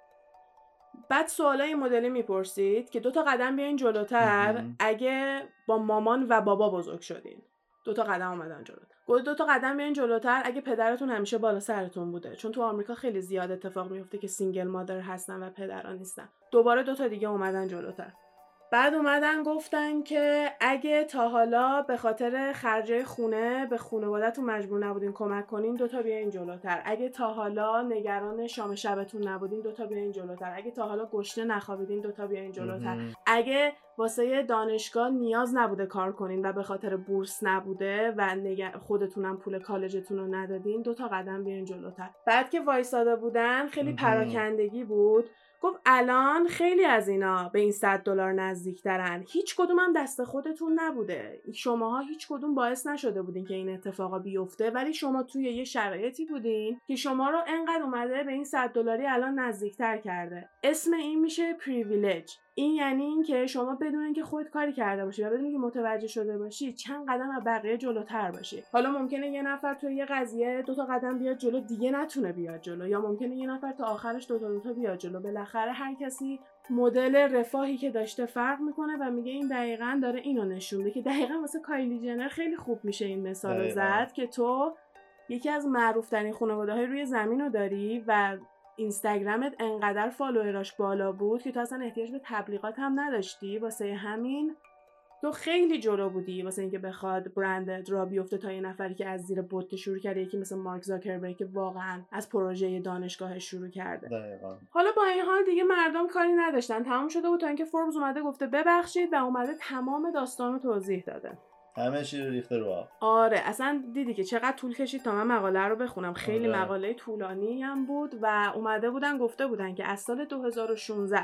بعد سوالای مدلی میپرسید که دو تا قدم بیاین جلوتر اگه با مامان و بابا بزرگ شدین. دو تا قدم اومدن جلوتر. گفت دو تا قدم بیاین جلوتر اگه پدرتون همیشه بالا سرتون بوده، چون تو آمریکا خیلی زیاد اتفاق میفته که سینگل مادر هستن و پدران نیستن. دوباره دو تا دیگه اومدن جلوتر. بعد اومدن گفتن که اگه تا حالا به خاطر خرجای خونه به خانواده‌تون مجبور نبودین کمک کنین دو تا بیاین جلوتر. اگه تا حالا نگران شام شبتون نبودین دو تا بیاین جلوتر. اگه تا حالا گشنه نخوابیدین دو تا بیاین جلوتر. اگه واسه دانشگاه نیاز نبوده کار کنین و به خاطر بورس نبوده و نگر... خودتونم پول کالجتون رو ندادین دو تا قدم بیاین جلوتر. بعد که وایساده بودن خیلی پراکندگی بود. گفت الان خیلی از اینا به این صد دلار نزدیک‌ترن. هیچ کدوم هم دست خودتون نبوده. شماها هیچ کدوم باعث نشده بودین که این اتفاقا بیفته، ولی شما توی یه شرایطی بودین که شما رو انقدر اومده به این صد دلاری الان نزدیکتر کرده. اسم این میشه پریویلج. این یعنی این که شما بدون اینکه خودت کاری کرده باشی و بدون اینکه متوجه شده باشی چند قدم از بقیه جلوتر باشی. حالا ممکنه یه نفر توی یه قضیه دو تا قدم بیاد جلو دیگه نتونه بیاد جلو، یا ممکنه یه نفر تا آخرش دو تا دو تا بیاد جلو. بالاخره هر کسی مدل رفاهی که داشته فرق میکنه و میگه این دقیقاً داره اینو نشون میده که دقیقاً واسه کایلی جنر خیلی خوب میشه این مثالو زد که تو یکی از معروف‌ترین خانواده‌های روی زمین رو داری و اینستاگرامت انقدر فالووراش بالا بود که تو اصلا احتیاج به تبلیغات هم نداشتی، واسه همین تو خیلی جلو بودی واسه اینکه بخواد برندت را بیفته تا یه نفری که از زیر بوت شروع کرده، یکی مثل مارک زاکربرگ که واقعا از پروژه دانشگاهش شروع کرده. دقیقاً. حالا با این حال دیگه مردم کاری نداشتن، تموم شده بود تا اینکه فوربس اومده گفته ببخشید و اومده تمام داستان رو توضیح داده. همه چی رو ریخته رو آب. آره اصلا دیدی که چقدر طول کشید تا من مقاله رو بخونم. خیلی آره. مقاله طولانی هم بود و اومده بودن گفته بودن که از سال دو هزار و شانزده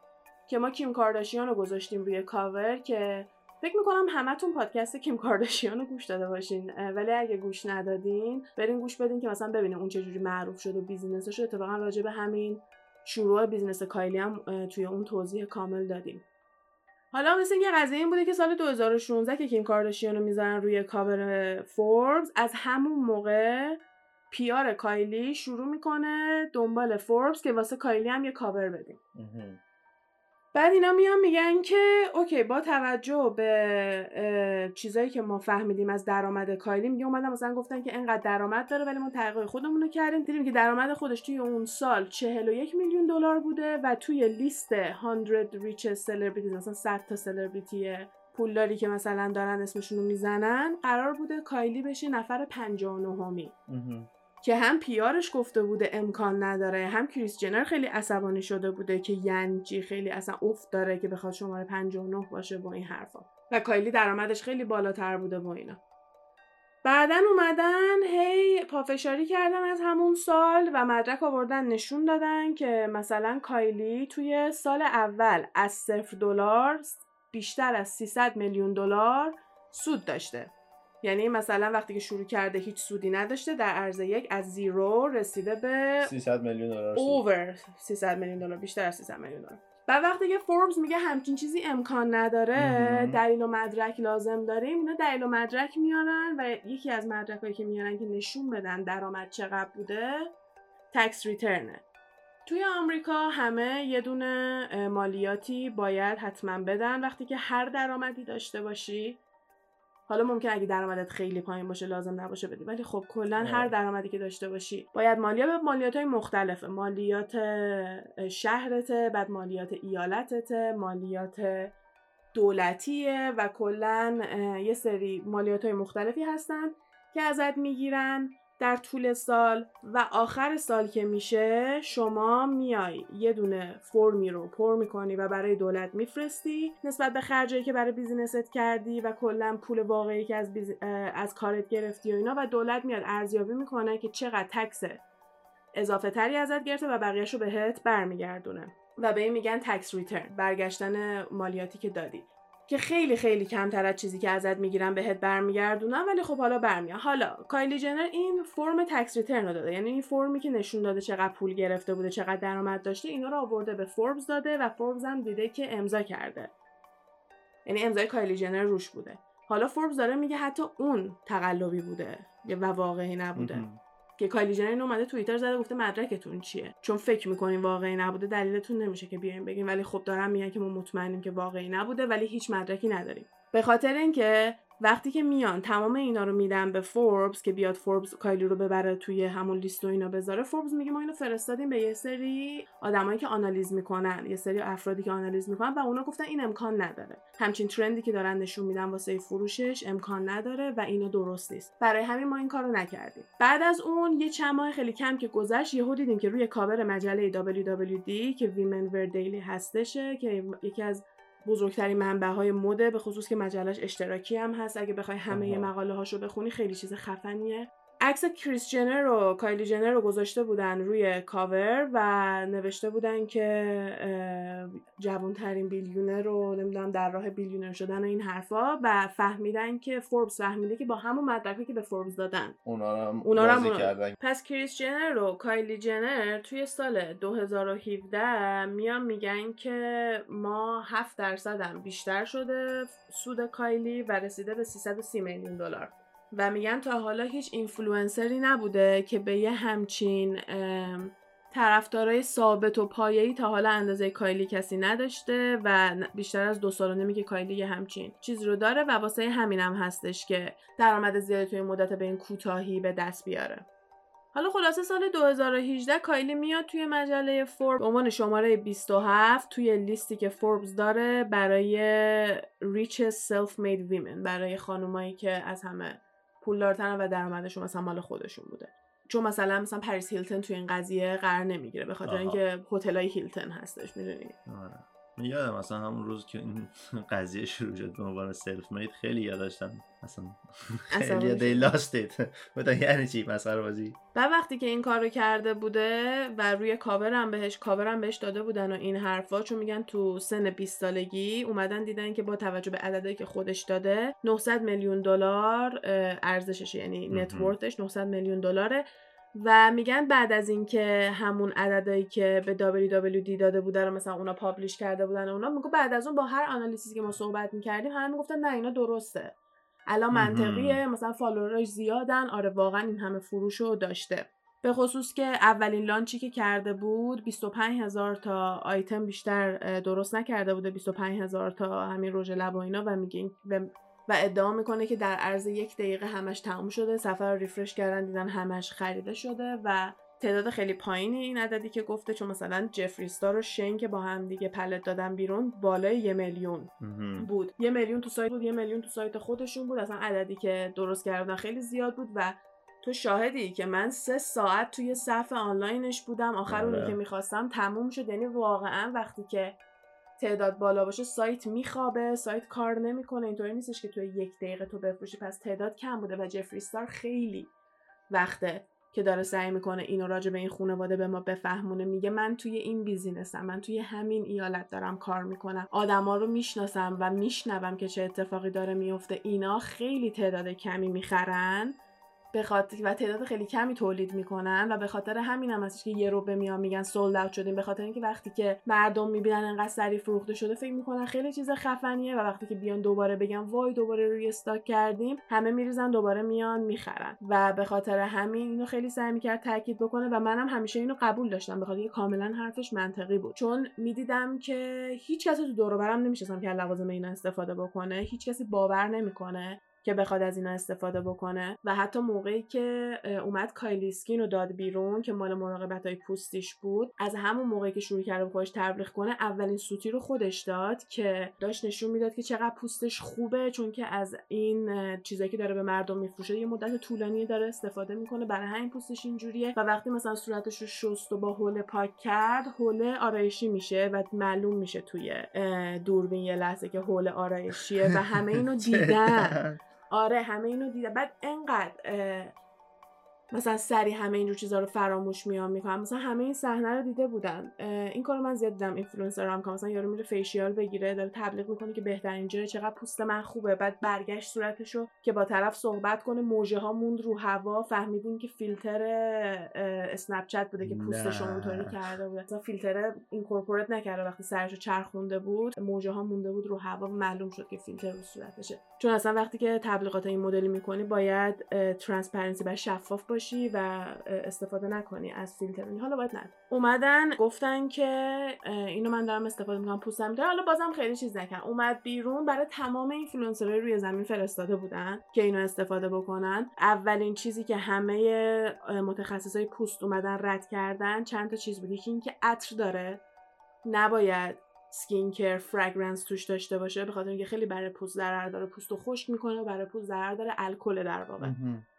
که ما کیم کارداشیان رو گذاشتیم روی کاور، که فکر میکنم همتون پادکست کیم کارداشیان رو گوش داده باشین، ولی اگه گوش ندادین برین گوش بدین که مثلا ببینین اون چجوری معروف شد و بیزینسش. اتفاقا راجع به همین شروع بیزینس کایلی هم توی اون توضیح کامل دادیم. حالا مثل یه قضیه این بوده که سال دو هزار و شانزده که کیم کارداشیان رو میذارن روی کاور فوربس، از همون موقع پیار کایلی شروع میکنه دنبال فوربس که واسه کایلی هم یه کاور بدیم. بعد اینا میان میگن که اوکی با توجه به چیزایی که ما فهمیدیم از درآمد کایلی، میگه اومدن مثلا گفتن که اینقدر درآمد داره ولی ما تحقیق خودمون رو کردیم دیدیم که درآمد خودش توی اون سال چهل و یک میلیون دلار بوده و توی لیست صد richest celebrities، مثلا صد تا سلبریتی پولداری که مثلا دارن اسمشون رو میزنن، قرار بوده کایلی بشه نفر پنجاه و نهمی. که هم پیارش گفته بوده امکان نداره، هم کریس جنر خیلی عصبانی شده بوده که یعنی چی، خیلی اصلا افت داره که بخواد شماره پنجاه و نه باشه با این حرفا، و کایلی درآمدش خیلی بالاتر بوده با اینا. بعدن اومدن هی پافشاری کردن از همون سال و مدرک آوردن نشون دادن که مثلا کایلی توی سال اول از صفر دلار بیشتر از سیصد میلیون دلار سود داشته. یعنی مثلا وقتی که شروع کرده هیچ سودی نداشته، در عرض یک از زیرو رسیده به سیصد میلیون دلار، اوور سیصد میلیون دلار، بیشتر از سیصد میلیون دلار. و وقتی که فوربس میگه همچین چیزی امکان نداره، دلیل و مدرک لازم داریم، اینا دلیل و مدرک میارن و یکی از مدرکایی که میارن که نشون بدن درآمد چقدر بوده تکس ریترنه. توی آمریکا همه یه دونه مالیاتی باید حتما بدن وقتی که هر درآمدی داشته باشی. حالا ممکن اگه درآمدت خیلی پایین باشه لازم نباشه بدی، ولی خب کلا هر درآمدی که داشته باشی باید مالیات به مالیات‌های مختلفه، مالیات شهرته، بعد مالیات ایالتته، مالیات دولتیه و کلا یه سری مالیات‌های مختلفی هستن که ازت میگیرن در طول سال و آخر سال که میشه شما میای یه دونه فرمی رو پر میکنی و برای دولت میفرستی نسبت به خرجایی که برای بیزینست کردی و کلا پول واقعی که از بیز... از کارت گرفتی و اینا، و دولت میاد ارزیابی میکنه که چقدر تکس اضافه تری ازت گرفته و بقیه‌شو بهت برمیگردونه و به این میگن تکس ریترن، برگشتن مالیاتی که دادی، که خیلی خیلی کمتر از چیزی که ازت میگیرن بهت برمیگردونن، ولی خب حالا برمیاد. حالا کایلی جنر این فرم تکس ریترن رو داده، یعنی این فرمی که نشون داده چقدر پول گرفته بوده، چقدر درآمد داشته، اینا رو آورده به فوربس داده و فوربس هم دیده که امضا کرده، یعنی امضای کایلی جنر روش بوده. حالا فوربس داره میگه حتی اون تقلبی بوده و واقعی نبوده. که کایلی جنر اومده توییتر زده گفته مدرکتون چیه؟ چون فکر میکنین واقعی نبوده دلیلتون نمیشه که بیاین بگین، ولی خب دارن میگن که ما مطمئنیم که واقعی نبوده ولی هیچ مدرکی نداریم. به خاطر اینکه وقتی که میان تمام اینا رو میدن به فوربس که بیاد فوربس کایلی رو ببره توی همون لیست و اینا بذاره، فوربس میگه ما اینو فرستادیم به یه سری آدمایی که آنالیز میکنن، یه سری افرادی که آنالیز میکنن و اونا گفتن این امکان نداره، همچین ترندی که دارن نشون میدن واسه فروشش امکان نداره و اینو درست نیست، برای همین ما این کارو نکردیم. بعد از اون یه چند ماه خیلی کم که گذشت یهو دیدیم که روی کاور مجله دبلیو دبلیو دی که ویمن ور دیلی هستشه که یکی از بزرگترین منبع‌های مده، به خصوص که مجلهش اشتراکی هم هست، اگه بخوای همه مقاله هاشو بخونی خیلی چیز خفنیه. عکس کریس جنر و کایلی جنر رو گذاشته بودن روی کاور و نوشته بودن که جوان‌ترین بیلیونر رو نمیدونم در راه بیلیونر شدن و این حرفا، و فهمیدن که فوربس فهمیده که با همون مدرکی که به فوربس دادن اونا رو هم اونا راضی اونا. کردن. پس کریس جنر و کایلی جنر توی سال دو هزار و هفده میان میگن که ما هفت درصد هم بیشتر شده سود کایلی و رسیده به سیصد و سی میلیون دلار، و میگن تا حالا هیچ اینفلوئنسری نبوده که به یه همچین طرفدارای ثابت و پایه‌ای تا حالا اندازه کایلی کسی نداشته و بیشتر از دو سال و نمی که کایلی یه همچین چیز رو داره و واسه همینم هم هستش که درآمد زیادی توی مدت به این کوتاهی به دست بیاره. حالا خلاصه سال دو هزار و هجده کایلی میاد توی مجله فوربس به عنوان شماره بیست و هفت توی لیستی که فوربس داره برای richest self-made women، برای خانومایی که از همه پولدارترن و درآمدشون مثلا مال خودشون بوده. چون مثلا مثلا پاریس هیلتون توی این قضیه قرار نمیگیره به خاطر اینکه هتلای هیلتون هستش، میدونی. آره. یادم مثلا همون روز که این قضیه شروع شد به عنوان سلف مید خیلی یاداشتم مثلا خیلی دی لاستید بودن، یعنی چی مسخره بازی. و وقتی که این کارو کرده بوده و روی کاورم بهش کاورم بهش داده بودن و این حرفا، چون میگن تو سن بیست سالگی اومدن دیدن که با توجه به عددی که خودش داده نهصد میلیون دلار ارزشش، یعنی نت ورثش نهصد میلیون دلاره، و میگن بعد از اینکه همون عددی که به دبلیو دبلیو دی داده بوده رو مثلا اونا پابلش کرده بودن، اونا میگه بعد از اون با هر آنالیزی که ما صحبت میکردیم همه میگفتن نه اینا درسته، الان منطقیه، مثلا فالووراش زیادن، آره واقعا این همه فروشو داشته. به خصوص که اولین لانچی که کرده بود بیست و پنج هزار تا آیتم بیشتر درست نکرده بوده، بیست و پنج هزار تا همین رژ لب و اینا، و میگین و ادعا میکنه که در عرض یک دقیقه همش تموم شده، صفحه رو ریفرش کردن دیدن همش خریده شده و تعداد خیلی پایینی این عددی که گفته، چون مثلا جفری استار و شین که با هم دیگه پلت دادن بیرون بالای یه میلیون بود، یه میلیون تو سایت بود، یه میلیون تو سایت خودشون بود، اصلا عددی که درست کردن خیلی زیاد بود و تو شاهدی که من سه ساعت توی صفحه آنلاینش بودم، آخر اونی که میخواستم تموم شد، یعنی واقعا وقتی که تعداد بالا باشه سایت میخوابه، سایت کار نمیکنه، اینطوری نیستش که توی یک دقیقه تو بفروشی، پس تعداد کم بوده و جفری استار خیلی وقته که داره سعی میکنه اینو راجع به این خانواده به ما بفهمونه، میگه من توی این بیزینسم، من توی همین ایالت دارم کار میکنم، آدما رو میشناسم و میشنوم که چه اتفاقی داره میفته، اینا خیلی تعداد کمی میخرن به خاطر و تعداد خیلی کمی تولید میکنن و به خاطر همین هم هستش که یه رو به میان میگن سولد اوت شدیم، به خاطر اینکه وقتی که مردم میبینن انقدر سریع فروخته شده فکر میکنن خیلی چیز خفنیه و وقتی که بیان دوباره بگن وای دوباره روی استاک کردیم، همه میریزن دوباره میان میخرن و به خاطر همین اینو خیلی سعی میکرد تاکید بکنه و منم همیشه اینو قبول داشتم، به خاطر اینکه کاملا حرفش منطقی بود، چون میدیدم که هیچ کسی تو دور و برم نمیشستم که لوازم اینا استفاده بکنه، هیچ کسی باور نمیکنه که بخواد از اینا استفاده بکنه. و حتی موقعی که اومد کایلی اسکین رو داد بیرون که مال مراقبت‌های پوستیش بود، از همون موقعی که شروع کرد خودش تبلیغ کنه اولین سوتی رو خودش داد که داشت نشون میداد که چقدر پوستش خوبه، چون که از این چیزایی که داره به مردم میفروشه یه مدت طولانی داره استفاده میکنه، برای همین پوستش اینجوریه. و وقتی مثلا صورتش رو شست و با حوله پاک کرد، حوله آرایشی میشه و معلوم میشه توی دوربین یه لحظه که حوله آرایشیه و همه اینو دیدن. آره همه اینو دیدن. بعد انقدر مثلا سری همه اینجور چیزا رو فراموش میام میکنم. مثلا همه این صحنه رو دیده بودن. این کارو من زیاد دیدم اینفلوئنسرام که مثلا یارو میره فیشیال بگیره، داره تبلیغ میکنه که بهترین جای چقدر پوست من خوبه، بعد برگشت صورتشو که با طرف صحبت کنه، موجه ها موند رو هوا، فهمیدیم که فیلتر اسنپ چت بوده که پوستش اونطوری کرده بود. مثلا فیلتر اینکورپوریت نکرده، وقتی سرشو چرخونده بود موجه ها مونده بود رو هوا، معلوم شد که فیلتر رو صورتشه. چون اصلا وقتی که تبلیغات این مدلی میکنی باید ترانسپرنسی و شفاف باشی و استفاده نکنی از فیلتر. حالا باید نه اومدن گفتن که اینو من دارم استفاده میکنم پوستم داره. حالا بازم خیلی چیز نکن، اومد بیرون برای تمام اینفلوئنسرهای روی زمین فرستاده بودن که اینو استفاده بکنن. اولین چیزی که همه متخصصای پوست اومدن رد کردن چند تا چیز بود. یکی این که عطر داره، نباید سکین کیر فرگرنس توش داشته باشه، به خاطر اینکه خیلی برای پوست ضرر داره، پوستو خشک میکنه و برای پوست ضرر داره، الکل در واقع.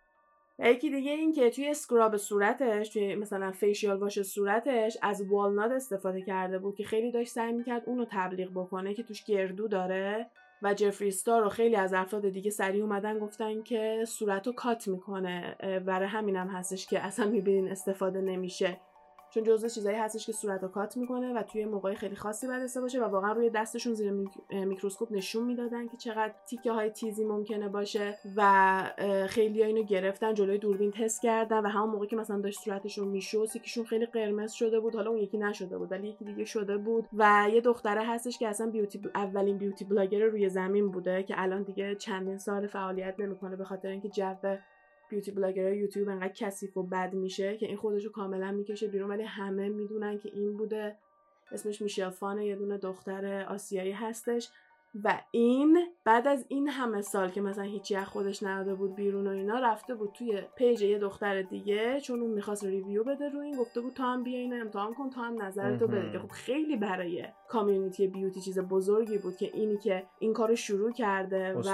و یکی دیگه این که توی اسکراب صورتش، توی مثلا فیشیال واش صورتش از والنات استفاده کرده بود که خیلی داشت سعی میکرد اونو تبلیغ بکنه که توش گردو داره. و جفری استار و خیلی از افراد دیگه سریع اومدن گفتن که صورتو کات میکنه، برای همینم هستش که اصلا میبینین استفاده نمیشه، چون جزء چیزایی هستش که صورتو کات میکنه و توی موقعی خیلی خاصی باید استفاده باشه. و واقعا روی دستشون زیر میکروسکوپ نشون میدادن که چقدر تیکه های تیزی ممکنه باشه و خیلی ها اینو گرفتن جلوی دوربین تست کردن و همون موقعی که مثلا داشت صورتشون میشست یکیشون خیلی قرمز شده بود، حالا اون یکی نشده بود ولی یکی دیگه شده بود. و یه دختره هستش که اصلا بیوتی اولین بیوتی بلاگر روی زمین بوده که الان دیگه چندین سال فعالیت نمیکنه به خاطر اینکه جو بیوتی بلاگرای یوتیوب انقدر کثیف و بد میشه که این خودشو کاملا میکشه بیرون، ولی همه میدونن که این بوده. اسمش میشل فانه، یه دونه دختر آسیایی هستش. و این بعد از این همه سال که مثلا هیچی از خودش نداده بود بیرون و اینا، رفته بود توی پیج یه دختر دیگه چون اون میخواست ریویو بده رو این، گفته بود تو هم بیا اینو امتحان کن، تو هم نظرتو بده. که خب خیلی برای کامیونیتی بیوتی چیز بزرگی بود که اینی که این کارو شروع کرده و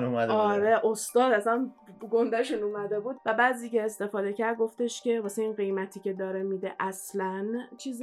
آره استاد اصلا گندهشون اومده بود. و بعضی که استفاده کرد گفتش که واسه این قیمتی که داره میده اصلا چیز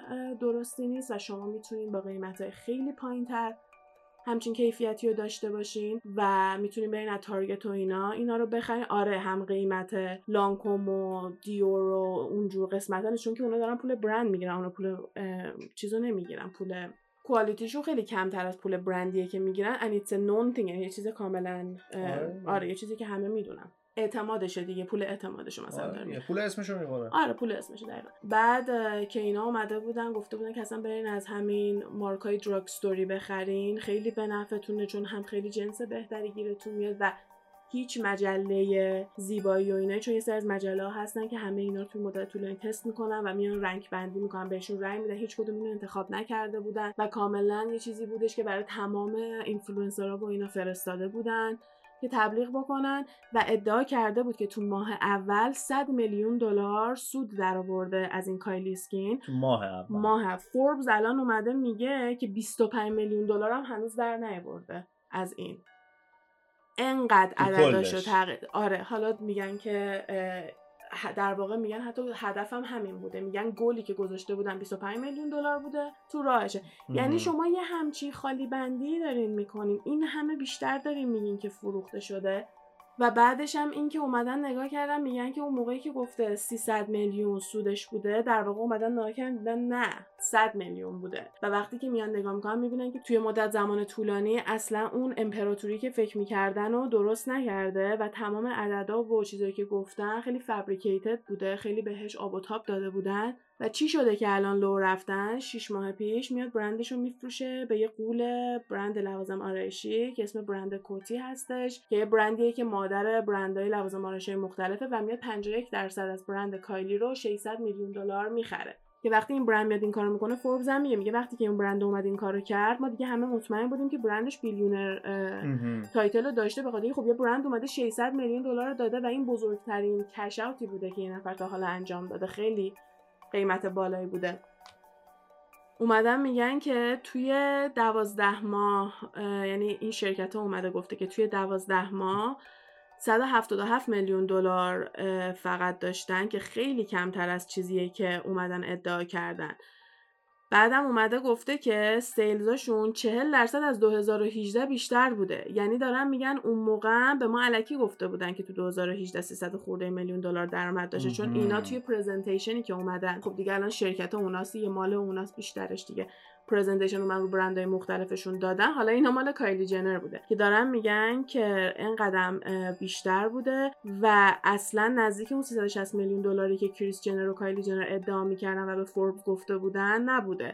درستی نیست و شما میتونین با قیمتای خیلی پایین‌تر همچین کیفیتی رو داشته باشین و میتونین برین از تارگت و اینا اینا رو بخرین. آره هم قیمت لانکوم و دیور و اونجور قسمتا، چون که اونا دارن پول برند میگیرن، اونا پول چیزو نمیگیرن، پول کوالیتیشون خیلی کمتر از پول برندیه که میگیرن. and it's a known thing، یه چیز کاملا آره, آره یه چیزی که همه میدونن، اعتمادشه دیگه، پول اعتمادشو مثلا آره داریم، پول اسمشو میخوره. آره پول اسمشو دقیقاً. بعد که اینا اومده بودن گفته بودن که اصلا برین از همین مارکای دراگ استوری بخرین، خیلی به نفعتونه، چون هم خیلی جنس بهتری گیرتون میاد و هیچ مجله زیبایی و اینا، چون یه سری از مجله ها هستن که همه اینا رو توی مدت طولانی تست میکنن و میان رنک بندی میکنن، بهشون رای میدن، هیچ کدوم اینو انتخاب نکرده بودن و کاملا یه چیزی بودش که برای تمام اینفلوئنسرها و اینا فرستاده بودن که تبلیغ بکنن و ادعا کرده بود که تو ماه اول صد میلیون دلار سود درآورده از این کایلی اسکین. تو ماه اول ماه فوربس الان اومده میگه که بیست و پنج میلیون دلار هم هنوز در نیاورده از این. انقدر عدداشو تغییر. آره حالا میگن که در واقع میگن حتی هدفم همین بوده، میگن گلی که گذاشته بودن بیست و پنج میلیون دلار بوده تو راهشه. یعنی شما یه همچین خالی بندی دارین میکنین، این همه بیشتر دارین میگین که فروخته شده و بعدش هم این که اومدن نگاه کردن میگن که اون موقعی که گفته سیصد میلیون سودش بوده، در واقع اومدن نگاه کردن دیدن نه صد میلیون بوده. و وقتی که میان نگاه میکنن میبینن که توی مدت زمان طولانی اصلا اون امپراتوری که فکر میکردن رو درست نکرده و تمام عددا و چیزایی که گفتن خیلی فابریکیتد بوده، خیلی بهش آب و تاب داده بودن. و چی شده که الان لو رفتن؟ شش ماه پیش میاد برندشو میفروشه به یه قول برند لوازم آرایشی که اسم برند کوتی هستش، که یه برندیه که مادر برندهای لوازم آرایشی مختلفه و میاد پنجاه و یک درصد از برند کایلی رو ششصد میلیون دلار میخره. که وقتی این برند میاد این کارو میکنه، فوربس هم میگه میگه وقتی که این برند اومد این کارو کرد، ما دیگه همه مطمئن بودیم که برندش بیلیونر تایتل رو داشته، به خاطر خب یه برند اومده ششصد میلیون دلار داده و این بزرگترین کش اوتی بوده که یه نفر تا حالا انجام داده، خیلی قیمت بالایی بوده. اومدن میگن که توی دوازده ماه، یعنی این شرکت ها اومده گفته که توی دوازده ماه صد و هفتاد و هفت میلیون دلار فقط داشتن که خیلی کمتر از چیزیه که اومدن ادعا کردن. بعدم اومده گفته که سیلزاشون چهل درصد از دو هزار و هجده بیشتر بوده. یعنی دارن میگن اون موقع به ما الکی گفته بودن که تو دو هزار و هجده سیصد خورده میلیون دلار درآمد داشته، چون اینا توی پرزنتیشنی که اومدن، خب دیگه الان شرکت اوناست، یه مال اوناست بیشترش دیگه، پرزنتیشن اومدن رو برندهای مختلفشون دادن، حالا اینا مال کایلی جنر بوده که دارن میگن که این قدم بیشتر بوده و اصلا نزدیک اون سیصد و شصت میلیون دلاری که کریس جنر و کایلی جنر ادعا میکردن و به فوربس گفته بودن نبوده.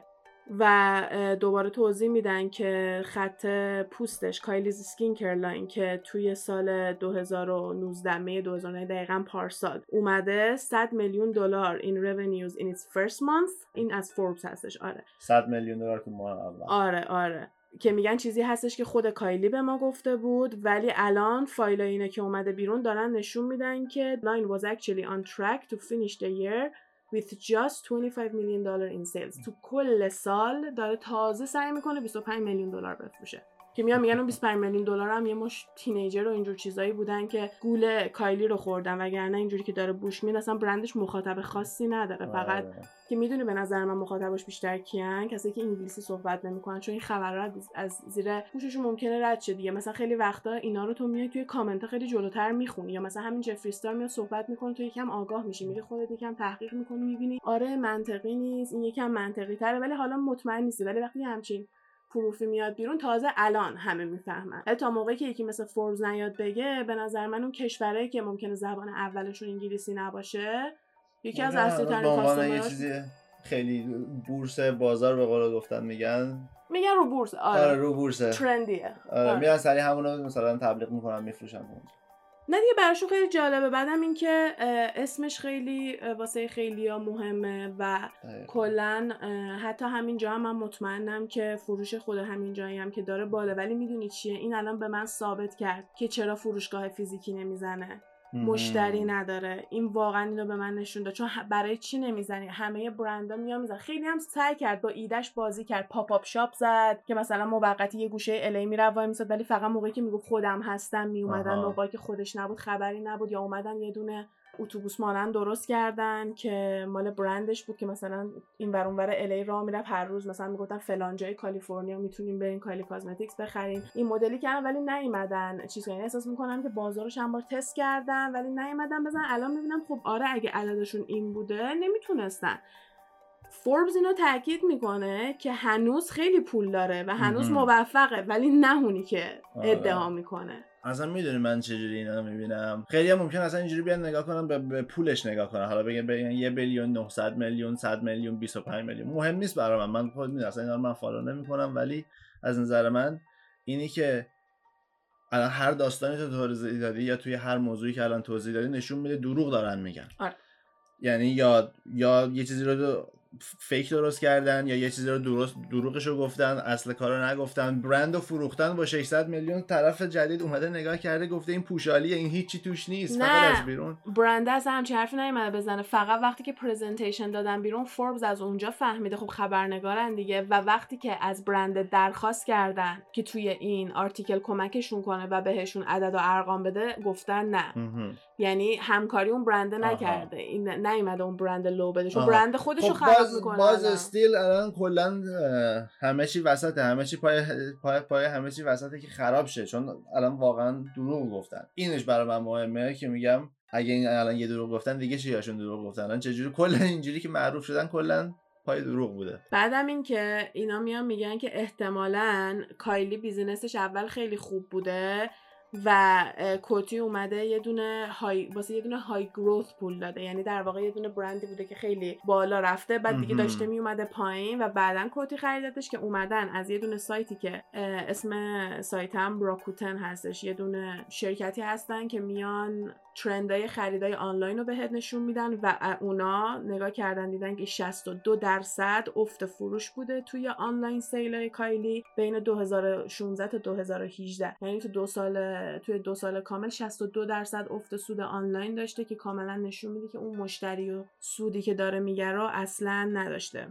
و دوباره توضیح میدن که خط پوستش کایلیز اسکینکر لاین که توی سال دو هزار و نوزده می دو هزار و نوزده دقیقاً پارسال اومده صد میلیون دلار in revenues in its first month. این از فوربس هستش. آره صد میلیون دلار تو ماه اول. آره آره که میگن چیزی هستش که خود کایلی به ما گفته بود، ولی الان فایلای اینه که اومده بیرون دارن نشون میدن که لاین was actually on track to finish the year with just twenty-five million dollars in sales. تو کل سال داره تازه سعی میکنه بیست و پنج میلیون دلار بفروشه. که میان میگن اون بیست و پنج میلیون دلار هم یه مش تینیجر و اینجور چیزایی بودن که گول کایلی رو خوردن، وگرنه اینجوری که داره بوش میاد اصلا برندش مخاطب خاصی نداره. فقط که میدونی به نظر من مخاطبش بیشتر کیان؟ کسایی که انگلیسی صحبت نمیکنن، چون این خبرها از زیر گوششون ممکنه رد شه دیگه. مثلا خیلی وقتا اینا رو تو میای توی کامنت ها خیلی جلوتر میخونی، یا مثلا همین جفری استار میاد صحبت میکنه تو یکم آگاه میشی، میری خودت یکم تحقیق میکنی میبینی آره منطقی نیست، این یکم منطقی تره، ولی حالا مطمئن نیستی. ولی وقتی همچین پروفی میاد بیرون تازه الان همه میفهمن. ولی تا موقعی که یکی مثل فوربس نیاد بگه، به نظر من اون کشورایی که ممکنه زبان اولشون انگلیسی نباشه، یکی از اصلی ترین کاستومراش خیلی بورس بازار به قول گفتن میگن میگن رو بورس. آره, آره رو بورس ترندیه. آره, آره. میان سری همونو مثلا تبلیغ میکنن میفروشن اونجا. نه دیگه براشون خیلی جالبه. بعدم این که اسمش خیلی واسه خیلیا مهمه و کلا حتی همین جا هم من مطمئنم که فروش خود همین جایی هم که داره بالا. ولی میدونی چیه، این الان به من ثابت کرد که چرا فروشگاه فیزیکی نمیزنه، مشتری نداره. این واقعا اینو به من نشون داد. چون برای چی نمیزنی؟ همه برندا میان میزنن. خیلی هم سعی کرد، با ایدهش بازی کرد، پاپ آپ شاپ زد که مثلا موقتی یه گوشه الی میره وای میساد، ولی فقط موقعی که میگفت خودم هستم میومدن، موقعی که خودش نبود خبری نبود، یا اومدن یه دونه اتوبوس مانند درست کردن که مال برندش بود که مثلا این ور اون ور الی راه میرفت هر روز مثلا میگفتن فلان جای کالیفرنیا میتونیم بریم کالی کاسمتیکس بخریم. این مدلی کردن ولی نیومدن چیزا. یعنی احساس میکنم که بازارش هم بار تست کردن ولی نیومدن بزن. الان میبینم خب آره اگه عددشون این بوده نمیتونستن. فوربس اینو تاکید میکنه که هنوز خیلی پول داره و هنوز موفقه، ولی نه اونی که ادعا میکنه. اصلا میدونی من چجوری اینا رو میبینم؟ خیلی هم ممکن اصلا اینجوری بیان نگاه کنن، به, به پولش نگاه کنن، حالا بگن بگن یه بیلیون نهصد میلیون صد میلیون بیست و پنج میلیون، مهم نیست برای من. من خود میدونم اصلا اینا رو من فالو نمیکنم. ولی از نظر من اینی که الان هر داستانی تو توضیح دادی یا توی هر موضوعی که الان توضیح دادی نشون میده دروغ دارن میگن. آره. یعنی یا یا یه چیزی رو فیک درست کردن یا یه چیزی رو درست دروغشو گفتن، اصل کارو نگفتن، برندو فروختن با ششصد میلیون. طرف جدید اومده نگاه کرده گفته این پوشالیه، این هیچی توش نیست، فقط از بیرون. برند اصلا همچین حرفی نمیاد بزنه. فقط وقتی که پرزنتیشن دادن بیرون فوربس از اونجا فهمیده. خب خبرنگارن دیگه. و وقتی که از برند درخواست کردن که توی این آرتیکل کمکشون کنه و بهشون عدد و ارقام بده، گفتن نه. یعنی همکاری اون برند نکرده. این نیومده اون برند لو بده، چون برند خودشو خب خراب باز میکنه. باز استیل الان کلا همه چی وسطه، همه چی پای پای پای همه چی وسطه که خراب شه، چون الان واقعا دروغ گفتن. اینش برای من مهمه که میگم اگه این الان یه دروغ گفتن دیگه چی هاشون دروغ گفتن، الان چجوری کلا اینجوری که معروف شدن کلا پای دروغ بوده. بعدم این که اینا میان میگن که احتمالاً کایلی بیزینسش اول خیلی خوب بوده و کوتی اومده یه دونه های واسه یه دونه های گروث پول داده، یعنی در واقع یه دونه برندی بوده که خیلی بالا رفته بعد دیگه داشته می اومده پایین و بعدن کوتی خریدتش که اومدن از یه دونه سایتی که اسم سایت هم راکوتن هستش، یه دونه شرکتی هستن که میان ترندای خریدای آنلاین رو بهت نشون میدن و اونا نگاه کردن دیدن که شصت و دو درصد افت فروش بوده توی آنلاین سیلای کایلی بین دو هزار و شانزده تا دو هزار و هجده، یعنی تو دو سال توی دو سال کامل شصت و دو درصد افت سود آنلاین داشته که کاملا نشون میده که اون مشتری و سودی که داره میگره اصلا نداشته.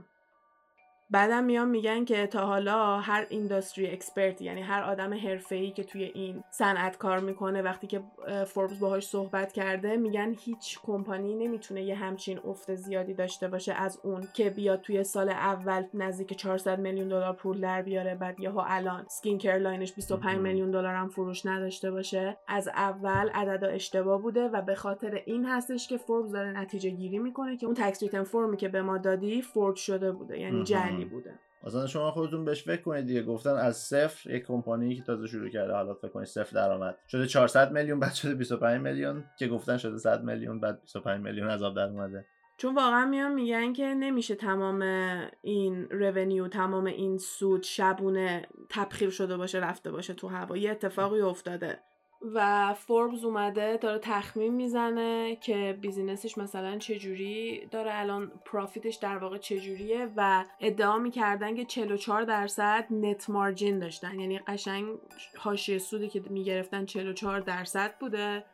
بعدم میان میگن که تا حالا هر اینداستری اکسپرت، یعنی هر آدم حرفه‌ای که توی این صنعت کار میکنه، وقتی که فوربس باهاش صحبت کرده میگن هیچ کمپانی نمیتونه یه همچین افت زیادی داشته باشه از اون که بیاد توی سال اول نزدیک چهارصد میلیون دلار پول در بیاره، بعد یهو الان سکین کیر لاینش بیست و پنج میلیون دلار هم فروش نداشته باشه. از اول عددا اشتباه بوده و به خاطر این هستش که فوربس داره نتیجه گیری میکنه که اون تکس ریتن فرمی که به ما دادی فورد شده بوده، یعنی جعلی بوده. مثلا شما خودتون بهش فکر کنید دیگه، گفتن از صفر یک کمپانی که تازه شروع کرده، حالا فکر کنید صفر درآمد شده چهارصد میلیون، بعد شده بیست و پنج میلیون که گفتن شده صد میلیون، بعد بیست و پنج میلیون از آب در اومده. چون واقعا میان میگن که نمیشه تمام این رونیو، تمام این سود شبونه تبخیر شده باشه رفته باشه تو هوا، یه اتفاقی افتاده و فوربس اومده داره تخمین میزنه که بیزینسش مثلا چجوری داره الان پروفیتش در واقع چجوریه و ادعا میکردن که چهل و چهار درصد نت مارجین داشتن، یعنی قشنگ حاشیه سودی که میگرفتن چهل و چهار درصد بوده،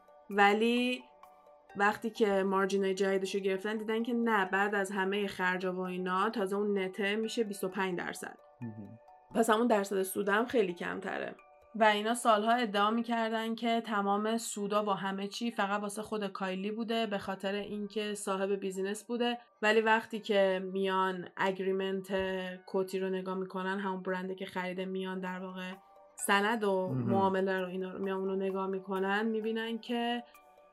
ولی وقتی که مارجینای جدیدشو گرفتن دیدن که نه، بعد از همه خرجا و اینا تازه اون نته میشه بیست و پنج درصد. پس همون درصد سودم خیلی کمتره و اینا سالها ادعا میکردن که تمام سودا با همه چی فقط واسه خود کایلی بوده به خاطر اینکه صاحب بیزینس بوده، ولی وقتی که میان اگریمنت کوتی رو نگاه میکنن، همون برنده که خریده، میان در واقع سند و معامله رو اینا رو میان اونو نگاه میکنن، میبینن که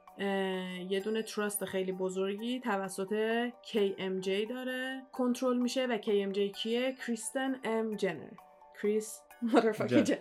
یه دونه تراست خیلی بزرگی توسط کی ام جی داره کنترل میشه و کی ام جی کیه؟ کریستن ام جنر، کریس مادرفاکینگ جنر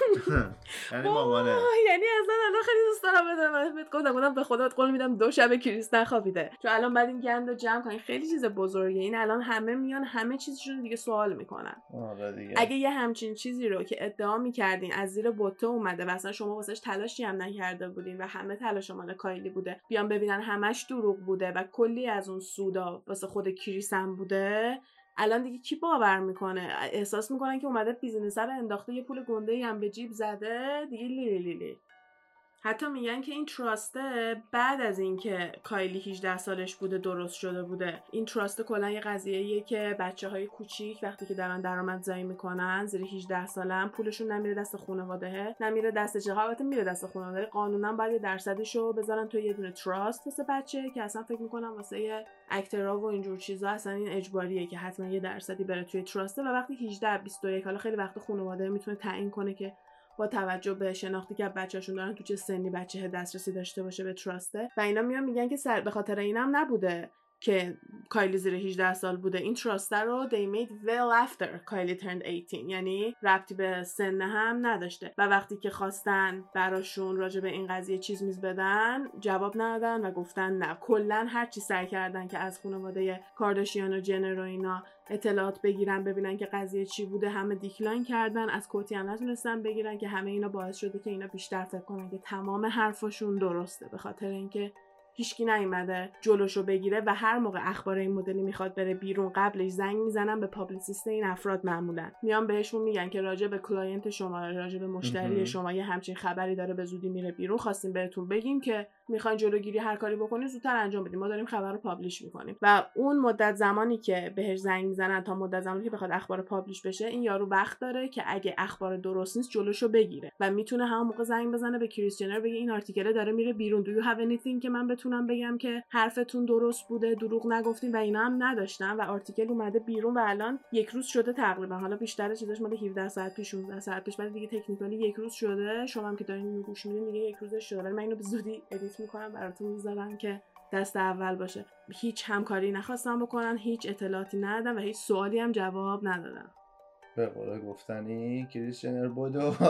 یعنی مامانه. یعنی اصلا الان خیلی دوست دارم بدم بهت گفتم بودم به خدا قول میدم دو شب کریس نخوابیده، چون الان بعد این گند رو جمع کنین خیلی چیز بزرگه. این الان همه میان همه چیزشون دیگه سوال میکنن. اگه یه همچین چیزی رو که ادعا میکردین از زیر بوته اومده و اصلا شما واسش تلاشی هم نکرده بودین و همه تلاش مال کایلی بوده، بیان ببینن همش دروغ بوده و کلی از اون سودا واسه خود کریس هم بوده، الان دیگه کی باور میکنه؟ احساس میکنن که اومده بیزینس رو انداخته یه پول گنده‌ای هم به جیب زده دیگه، لیلی لیلی. حتی میگن که این تراسته بعد از اینکه کایلی هجده سالش بوده درست شده بوده. این تراسته کلا یه قضیه‌ایه که بچه‌های کوچیک وقتی که دارن درآمدزایی میکنن زیر هجده سالن، پولشون نمیره دست خانواده، نمیره دست جهات، البته میره دست خانواده، قانونا باید یه درصدشو بذارن تو یه دونه تراست واسه بچه که اصلا فکر میکنم واسه اکترا و اینجور چیزا اصلا این اجباریه که حتما یه درصدی بره توی تراسته و وقتی هجده بیست و یک، حالا خیلی وقت خانواده میتونه تعیین کنه که با توجه به شناختی که بچه‌شون دارن تو چه سنی بچه دسترسی داشته باشه به تراسته و اینا، میان میگن که سر به خاطر اینم نبوده که کایلی زیر هجده سال بوده. این تراسته رو they made well after کایلی turned هجده، یعنی ربطی به سن هم نداشته و وقتی که خواستن براشون راجع به این قضیه چیز میز بدن جواب ندادن و گفتن نه، کلا هر چی سعی کردن که از خانواده کارداشیان و جنر و اینا اطلاعات بگیرن ببینن که قضیه چی بوده، همه دیکلاین کردن، از کوتی هم نتونستن بگیرن که همه اینا باعث شده که اینا بیشتر فکر کنن که تمام حرفاشون درسته، به خاطر اینکه هیچکی نیومده جلوشو بگیره و هر موقع اخبار این مدلی میخواد بره بیرون قبلش زنگ میزنن به پابلیسیست این افراد، معمولا میان بهشون میگن که راجع به کلاینت شما، راجع به مشتری شما یه همچین خبری داره به زودی میره بیرون، خواستیم بهتون بگیم که میخواین جلوگیری هر کاری بکنید زودتر انجام بدیم، ما داریم خبر رو پابلیش میکنیم. و اون مدت زمانی که بهش زنگ میزنن تا مدت زمانی که بخواد اخبار پابلیش بشه، این یارو وقت داره که اگه اخبار درست نیست جلوشو بگیره و میتونه همون موقع زنگ بزنه به کریس جنر بگه این آرتیکل داره میره بیرون، do you have anything که من بتونم بگم که حرفتون درست بوده، دروغ نگفتین. و اینا هم نداشتن و آرتیکل اومده بیرون و الان یک روز شده تقریبا، حالا بیشتر چیزاش مال هفده ساعت پیش شانزده ساعت پیش، ولی دیگه تکنیکالی یک روز شده. شما هم که دارین گوش میدین دیگه یک روزش شده، ولی من اینو به زودی ادیت میکنم براتون میذارم که دست اول باشه. هیچ همکاری نخواستم بکنن، هیچ اطلاعاتی ندادن و هیچ سوالی هم جواب ندادن. به قول گفتنی کریس جنر بودو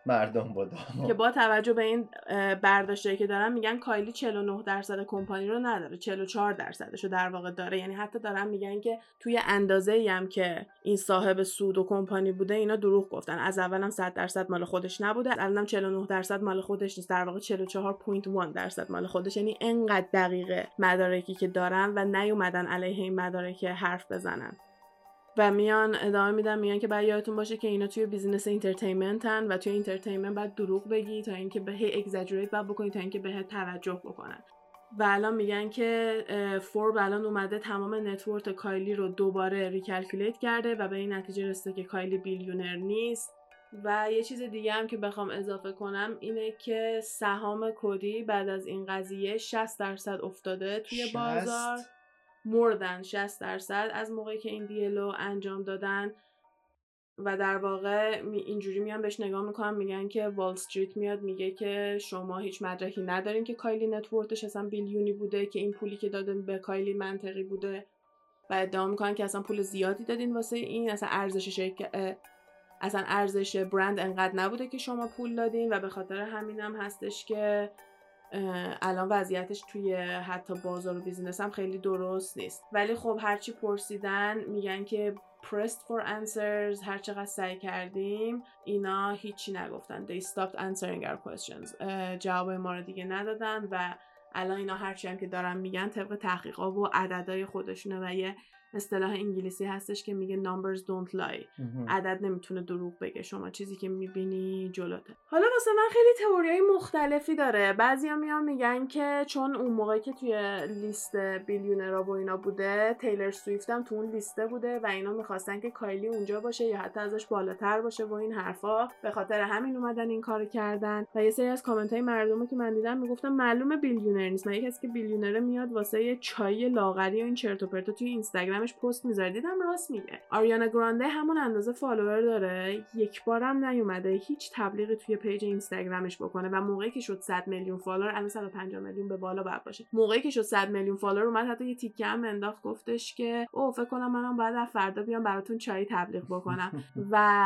مردم بوده که با توجه به این برداشتایی که دارن میگن کایلی چهل و نه درصد کمپانی رو نداره، چهل و چهار درصدش رو در واقع داره. یعنی حتی دارن میگن که توی اندازه‌ای هم که این صاحب سود و کمپانی بوده اینا دروغ گفتن. از اولم صد درصد مال خودش نبوده، الانم چهل و نه درصد مال خودش نیست، در واقع چهل و چهار و یک درصد مال خودش. یعنی انقدر دقیقه مدارکی که دارن و نیومدن علیه این مدارک حرف بزنن. و میان ادامه میدن میگن که باید یادتون باشه که اینا توی بیزینس اینترتینمنتن و توی اینترتینمنت باید دروغ بگی تا اینکه به هی اگزاجریت باید بکنی تا اینکه بهت توجه بکنن. و الان میگن که فورب الان اومده تمام نتورت کایلی رو دوباره ریکالکولیت کرده و به این نتیجه رسیده که کایلی بیلیونر نیست. و یه چیز دیگه هم که بخوام اضافه کنم اینه که سهام کدی بعد از این قضیه شصت درصد افتاده توی بازار، مردن شصت درصد از موقعی که این دیلو انجام دادن. و در واقع اینجوری میان بهش نگاه میکنن میگن که وال استریت میاد میگه که شما هیچ مدرکی ندارین که کایلی نتورتش اصلا بیلیونی بوده، که این پولی که دادن به کایلی منطقی بوده و ادعا میکنن که اصلا پول زیادی دادین واسه این، اصلا ارزش شرکت اصلا ارزش برند انقدر نبوده که شما پول دادین. و به خاطر همینم هستش که الان وضعیتش توی حتی بازار و بیزینس هم خیلی درست نیست. ولی خب هرچی پرسیدن میگن که pressed for answers، هر چقدر سعی کردیم اینا هیچی نگفتن. They stopped answering our questions، جواب ما رو دیگه ندادن و الان اینا هرچی هم که دارن میگن طبق تحقیقات و عددهای خودشونه و یه اصطلاح انگلیسی هستش که میگه numbers don't lie، عدد نمیتونه دروغ بگه، شما چیزی که میبینی جلوته. حالا واسه من خیلی تئوریای مختلفی داره. بعضیا میان میگن که چون اون موقعی که توی لیست بیلیونرها و اینا بوده تیلر سویفت هم تو اون لیسته بوده و اینا میخواستن که کایلی اونجا باشه یا حتی ازش بالاتر باشه و این حرفا، به خاطر همین اومدن این کارو کردن. و یه سری از کامنت های مردمی که من دیدم میگفتن معلومه بیلیونر نیست، من کسی که بیلیونره میاد واسه یه چای لاغری و این چرت و پرتا توی اینستاگرام پست میذاره. دیدم راست میگه. آریانا گرانده همون اندازه فالوور داره، یک بارم نیومده هیچ تبلیغی توی پیج اینستاگرامش بکنه و موقعی که شد صد میلیون فالوور، الان صد و پنجاه میلیون به بالا بعد باشه، موقعی که شد صد میلیون فالوور اومد حتی یه تیکه هم انداخت گفتش که او فکر کنم منم باید از فردا بیام براتون چای تبلیغ بکنم. و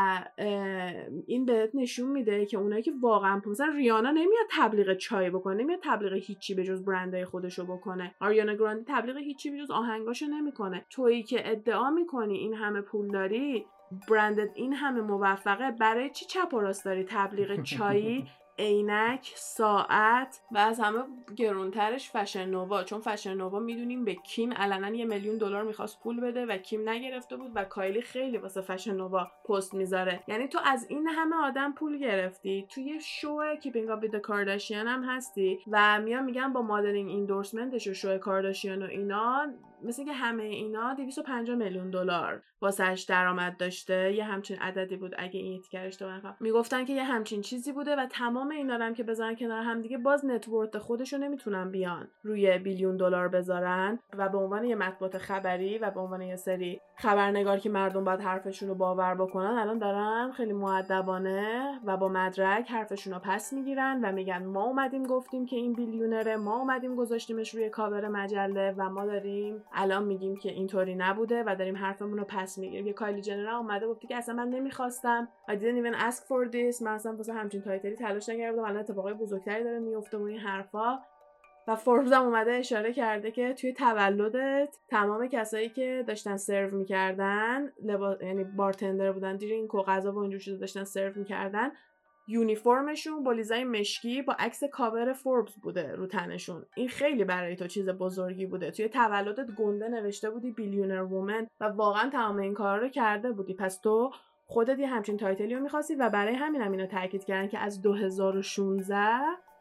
این بهت نشون میده که اونایی که واقعا مثلا ریانا نمیاد تبلیغ چای بکنه، نمیاد تبلیغ هیچی به جز برندهای خودشو بکنه. آریانا گرانده تبلیغ هیچی به جز آهنگاشو نمیکنه. تویی که ادعا میکنی این همه پول داری، برندت این همه موفقه، برای چی چپ و راست داری تبلیغ چایی، عینک، ساعت و از همه گرونترش فشن نووا؟ چون فشن نووا میدونیم به کیم علنا یه میلیون دلار میخواست پول بده و کیم نگرفته بود و کایلی خیلی واسه فشن نووا پست میذاره. یعنی تو از این همه آدم پول گرفتی، توی شو کیپینگ اپ وید کارداشیان هم هستی و میان میگن با مدلینگ ایندورسمنتش و شو کارداشیان و اینا مثل که همه اینا دویست و پنجاه میلیون دلار واسهش درآمد داشته، یه همچین عددی بود اگه این اتیکر اشتباه نکنم. میگفتن که یه همچین چیزی بوده و تمام اینا رو هم که بذارن کنار هم دیگه باز نتورت خودشو نمیتونن بیان روی بیلیون دلار بذارن و به عنوان یه مطبوعات خبری و به عنوان یه سری خبرنگار که مردم باید حرفشون رو باور بکنن، الان دارن خیلی مؤدبانه و با مدرک حرفشون رو پس میگیرن و میگن ما اومدیم گفتیم که این بیلیونره، ما اومدیم گذاشتیمش روی کاور مجله و ما داریم الان میگیم که اینطوری نبوده و داریم حرفمون رو پس میگیریم. یه کایلی جنر اومده گفت که اصلا من نمیخواستم I didn't even ask for this، من اصلا واسه همچین تایتلی تلاش نکردم، الان اتفاقای بزرگتری داره میفته و این حرفا. و فوربس هم اومده اشاره کرده که توی تولدت تمام کسایی که داشتن سرو میکردن لباس، یعنی بارتندر بودن، درینک و غذا و اینجور چیزا داشتن سرو میکردن، یونیفرمشون با لیزای مشکی با عکس کاور فوربس بوده رو تنشون. این خیلی برای تو چیز بزرگی بوده. توی تولدت گنده نوشته بودی بیلیونر وومن و واقعا تمام این کارا رو کرده بودی، پس تو خودت یه همچین تایتلی رو می‌خواستی و برای همین هم اینو تاکید کردن که از دو هزار و شانزده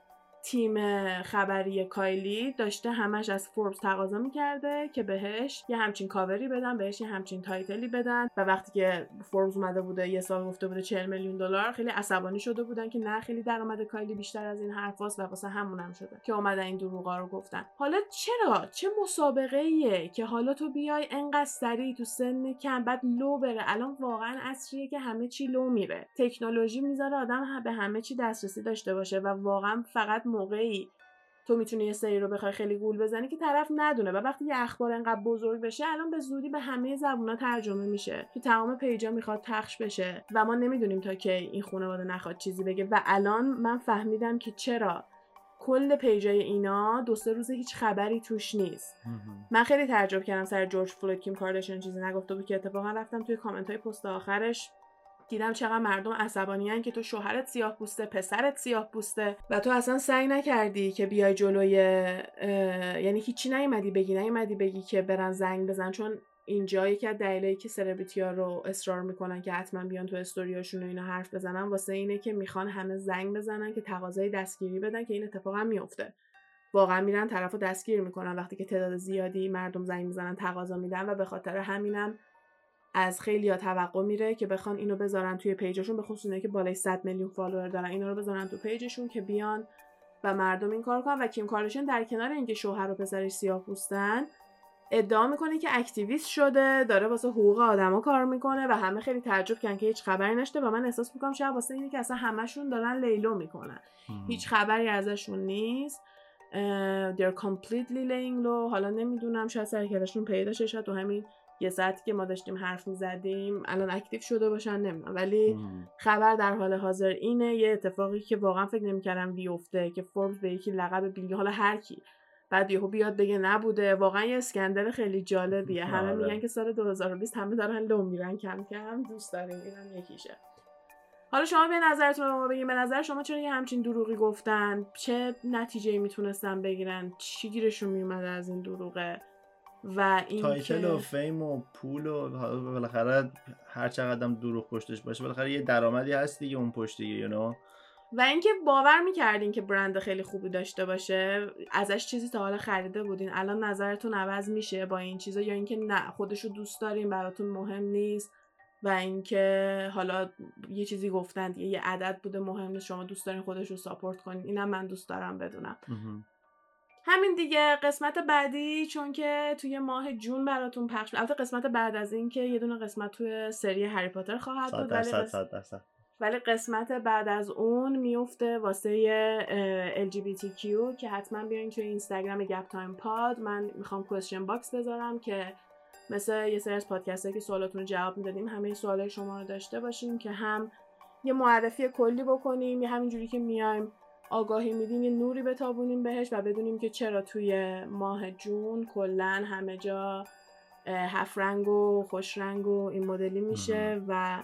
تیم خبری کایلی داشته همش از فوربس تقاضا میکرده که بهش یه همچین کاوری بدن، بهش یه همچین تایتلی بدن و وقتی که فوربس اومده بوده یه سال گفته بوده چهل میلیون دلار، خیلی عصبانی شده بودن که نه خیلی درآمد کایلی بیشتر از این حرفاست و واسه همونم شده که اومدن این دروغا رو گفتن. حالا چرا چه مسابقه‌ایه که حالا تو بیای انقدر سریع تو سن کم بعد لو بره؟ الان واقعا عصریه که همه چی لو میره، تکنولوژی میذاره آدم به همه چی دسترسی داشته باشه و واقعا فقط موقعی تو میتونی یه سری رو بخوای خیلی گول بزنی که طرف ندونه و وقتی یه اخبار انقدر بزرگ بشه الان به زودی به همه زبونا ترجمه میشه، تو تمام پیجا میخواد پخش بشه و ما نمیدونیم تا کی این خانواده نخواد چیزی بگه. و الان من فهمیدم که چرا کل پیجای اینا دو سه روز هیچ خبری توش نیست. من خیلی تعجب کردم سر جورج فلوید کیم کارداشیان چیزی نگفته بود که اتفاقا رفتم توی کامنت های پست آخرش دیدم چقدر مردم عصبانیان که تو شوهرت سیاه‌پوسته، پسرت سیاه‌پوسته و تو اصلا سعی نکردی که بیای جلوی یعنی هیچی نیومدی بگی نیومدی بگی که برن زنگ بزن. چون اینجا یکی از دلایلی که سلبریتی‌ها رو اصرار میکنن که حتما بیان تو استوریاشون و اینا حرف بزنن واسه اینه که میخوان همه زنگ بزنن که تقاضای دستگیری بدن که این اتفاقا میفته. واقعا میرن طرفو دستگیر میکنن وقتی که تعداد زیادی مردم زنگ میزنن تقاضا میدن و به خاطر همینم از خیلی‌ها توقع میره که بخوان اینو بذارن توی پیجشون، به خصوص اینایی که بالای صد میلیون فالوور دارن اینا رو بذارن تو پیجشون که بیان و مردم این کار کنن. و کیم کارداشیان در کنار اینکه شوهر و پسرش سیاه‌پوستن ادعا میکنه که اکتیویست شده، داره واسه حقوق آدما کار میکنه و همه خیلی تعجب کردن که هیچ خبری نشده و من احساس میکنم شاید واسه اینه که اصلا همشون دارن لیلو میکنن، هیچ خبری ازشون نیست. uh, they're completely laying low. حالا نمیدونم شاید سرکلشون پیدا شه، شاید تو همین یه ساعتی که ما داشتیم حرف میزدیم الان اکتیو شده باشن نمیدونم، ولی مم. خبر در حال حاضر اینه یه اتفاقی که واقعا فکر نمی‌کردم بیفته که فوربس به یکی لقب بیلی، حالا هر کی بعد یهو بیاد بگه نبوده. واقعا یه اسکندال خیلی جالبیه. همه میگن که سال دو هزار و بیست همه دارن لو میرن کم کم، دوست داریم اینم یکیشه. حالا شما به نظرتون رو به ما بگین، به نظر شما چرا یه همچین دروغی گفتن؟ چه نتیجه‌ای میتونستن بگیرن؟ چی گیرشون میومده از این دروغه؟ و این تایتل که... و فیم و پول و بالاخره هر چقدر هم دروغ پشتش باشه بالاخره یه درآمدی هست دیگه اون پشت دیگه یو نو. و اینکه باور میکردین که برند خیلی خوبی داشته باشه، ازش چیزی تا حالا خریده بودین، الان نظرتون عوض میشه با این چیزا، یا اینکه نه خودشو دوست دارین براتون مهم نیست و اینکه حالا یه چیزی گفتن دیگه یه عدد بوده مهم نیست شما دوست دارین خودشو ساپورت کنین؟ اینم من دوست دارم بدونم. همین دیگه. قسمت بعدی چون که توی ماه جون براتون پخش میشه، البته قسمت بعد از این که یه دونه قسمت توی سری هری پاتر خواهد بود، ولی قسمت ولی قسمت بعد از اون میفته واسه ال جی بی تی کیو که حتما بیاین توی اینستاگرام گپ تایم پاد. من میخوام کوئسچن باکس بذارم که مثل یه سری از پادکست‌ها که سوالاتون رو جواب میدادیم همه سوالای شما رو داشته باشیم که هم یه معرفی کلی بکنیم، یه همینجوری که میایم آگاهی میدیم یه نوری بتابونیم بهش و بدونیم که چرا توی ماه جون کلن همه جا هفت رنگ و خوش رنگ و این مدلی میشه و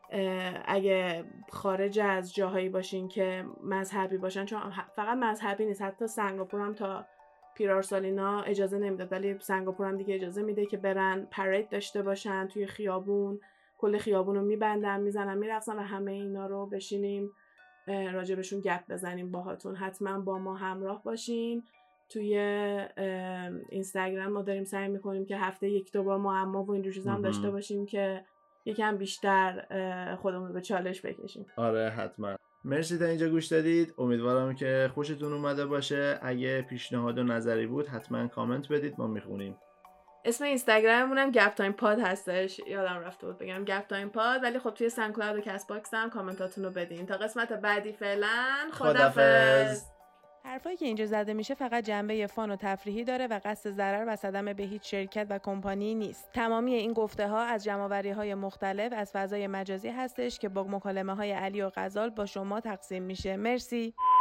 اگه خارج از جاهایی باشین که مذهبی باشن، چون فقط مذهبی نیست، حتی سنگاپور هم تا پیرارسالینا اجازه نمیداد ولی سنگاپور هم دیگه اجازه میده که برن پرید داشته باشن توی خیابون، کل خیابون رو میبندن میزنن میرقصن و همه اینا رو بشینیم راجبشون گپ بزنیم باهاتون. حتما با ما همراه باشین. توی اینستاگرام ما داریم سعی میکنیم که هفته یک دو بار معما و این روز هم داشته باشیم که یکم بیشتر خودمون رو به چالش بکشیم. آره حتما. مرسی تا اینجا گوش دادید. امیدوارم که خوشتون اومده باشه. اگه پیشنهاد و نظری بود حتما کامنت بدید، ما میخونیم. اسم اینستاگراممون هم گپ تایم پاد هستش، یادم رفته بود بگم گپ تایم پاد، ولی خب توی سانکلاود و کست باکس هم کامنتاتون رو بدین. تا قسمت بعدی فعلا خدافظ. حرفایی که اینجا زده میشه فقط جنبه فان و تفریحی داره و قصد ضرر و صدمه به هیچ شرکت و کمپانی نیست. تمامی این گفته ها از جمع‌آوری های مختلف از فضای مجازی هستش که با مکالمه های علی و غزال با شما تقسیم میشه. مرسی.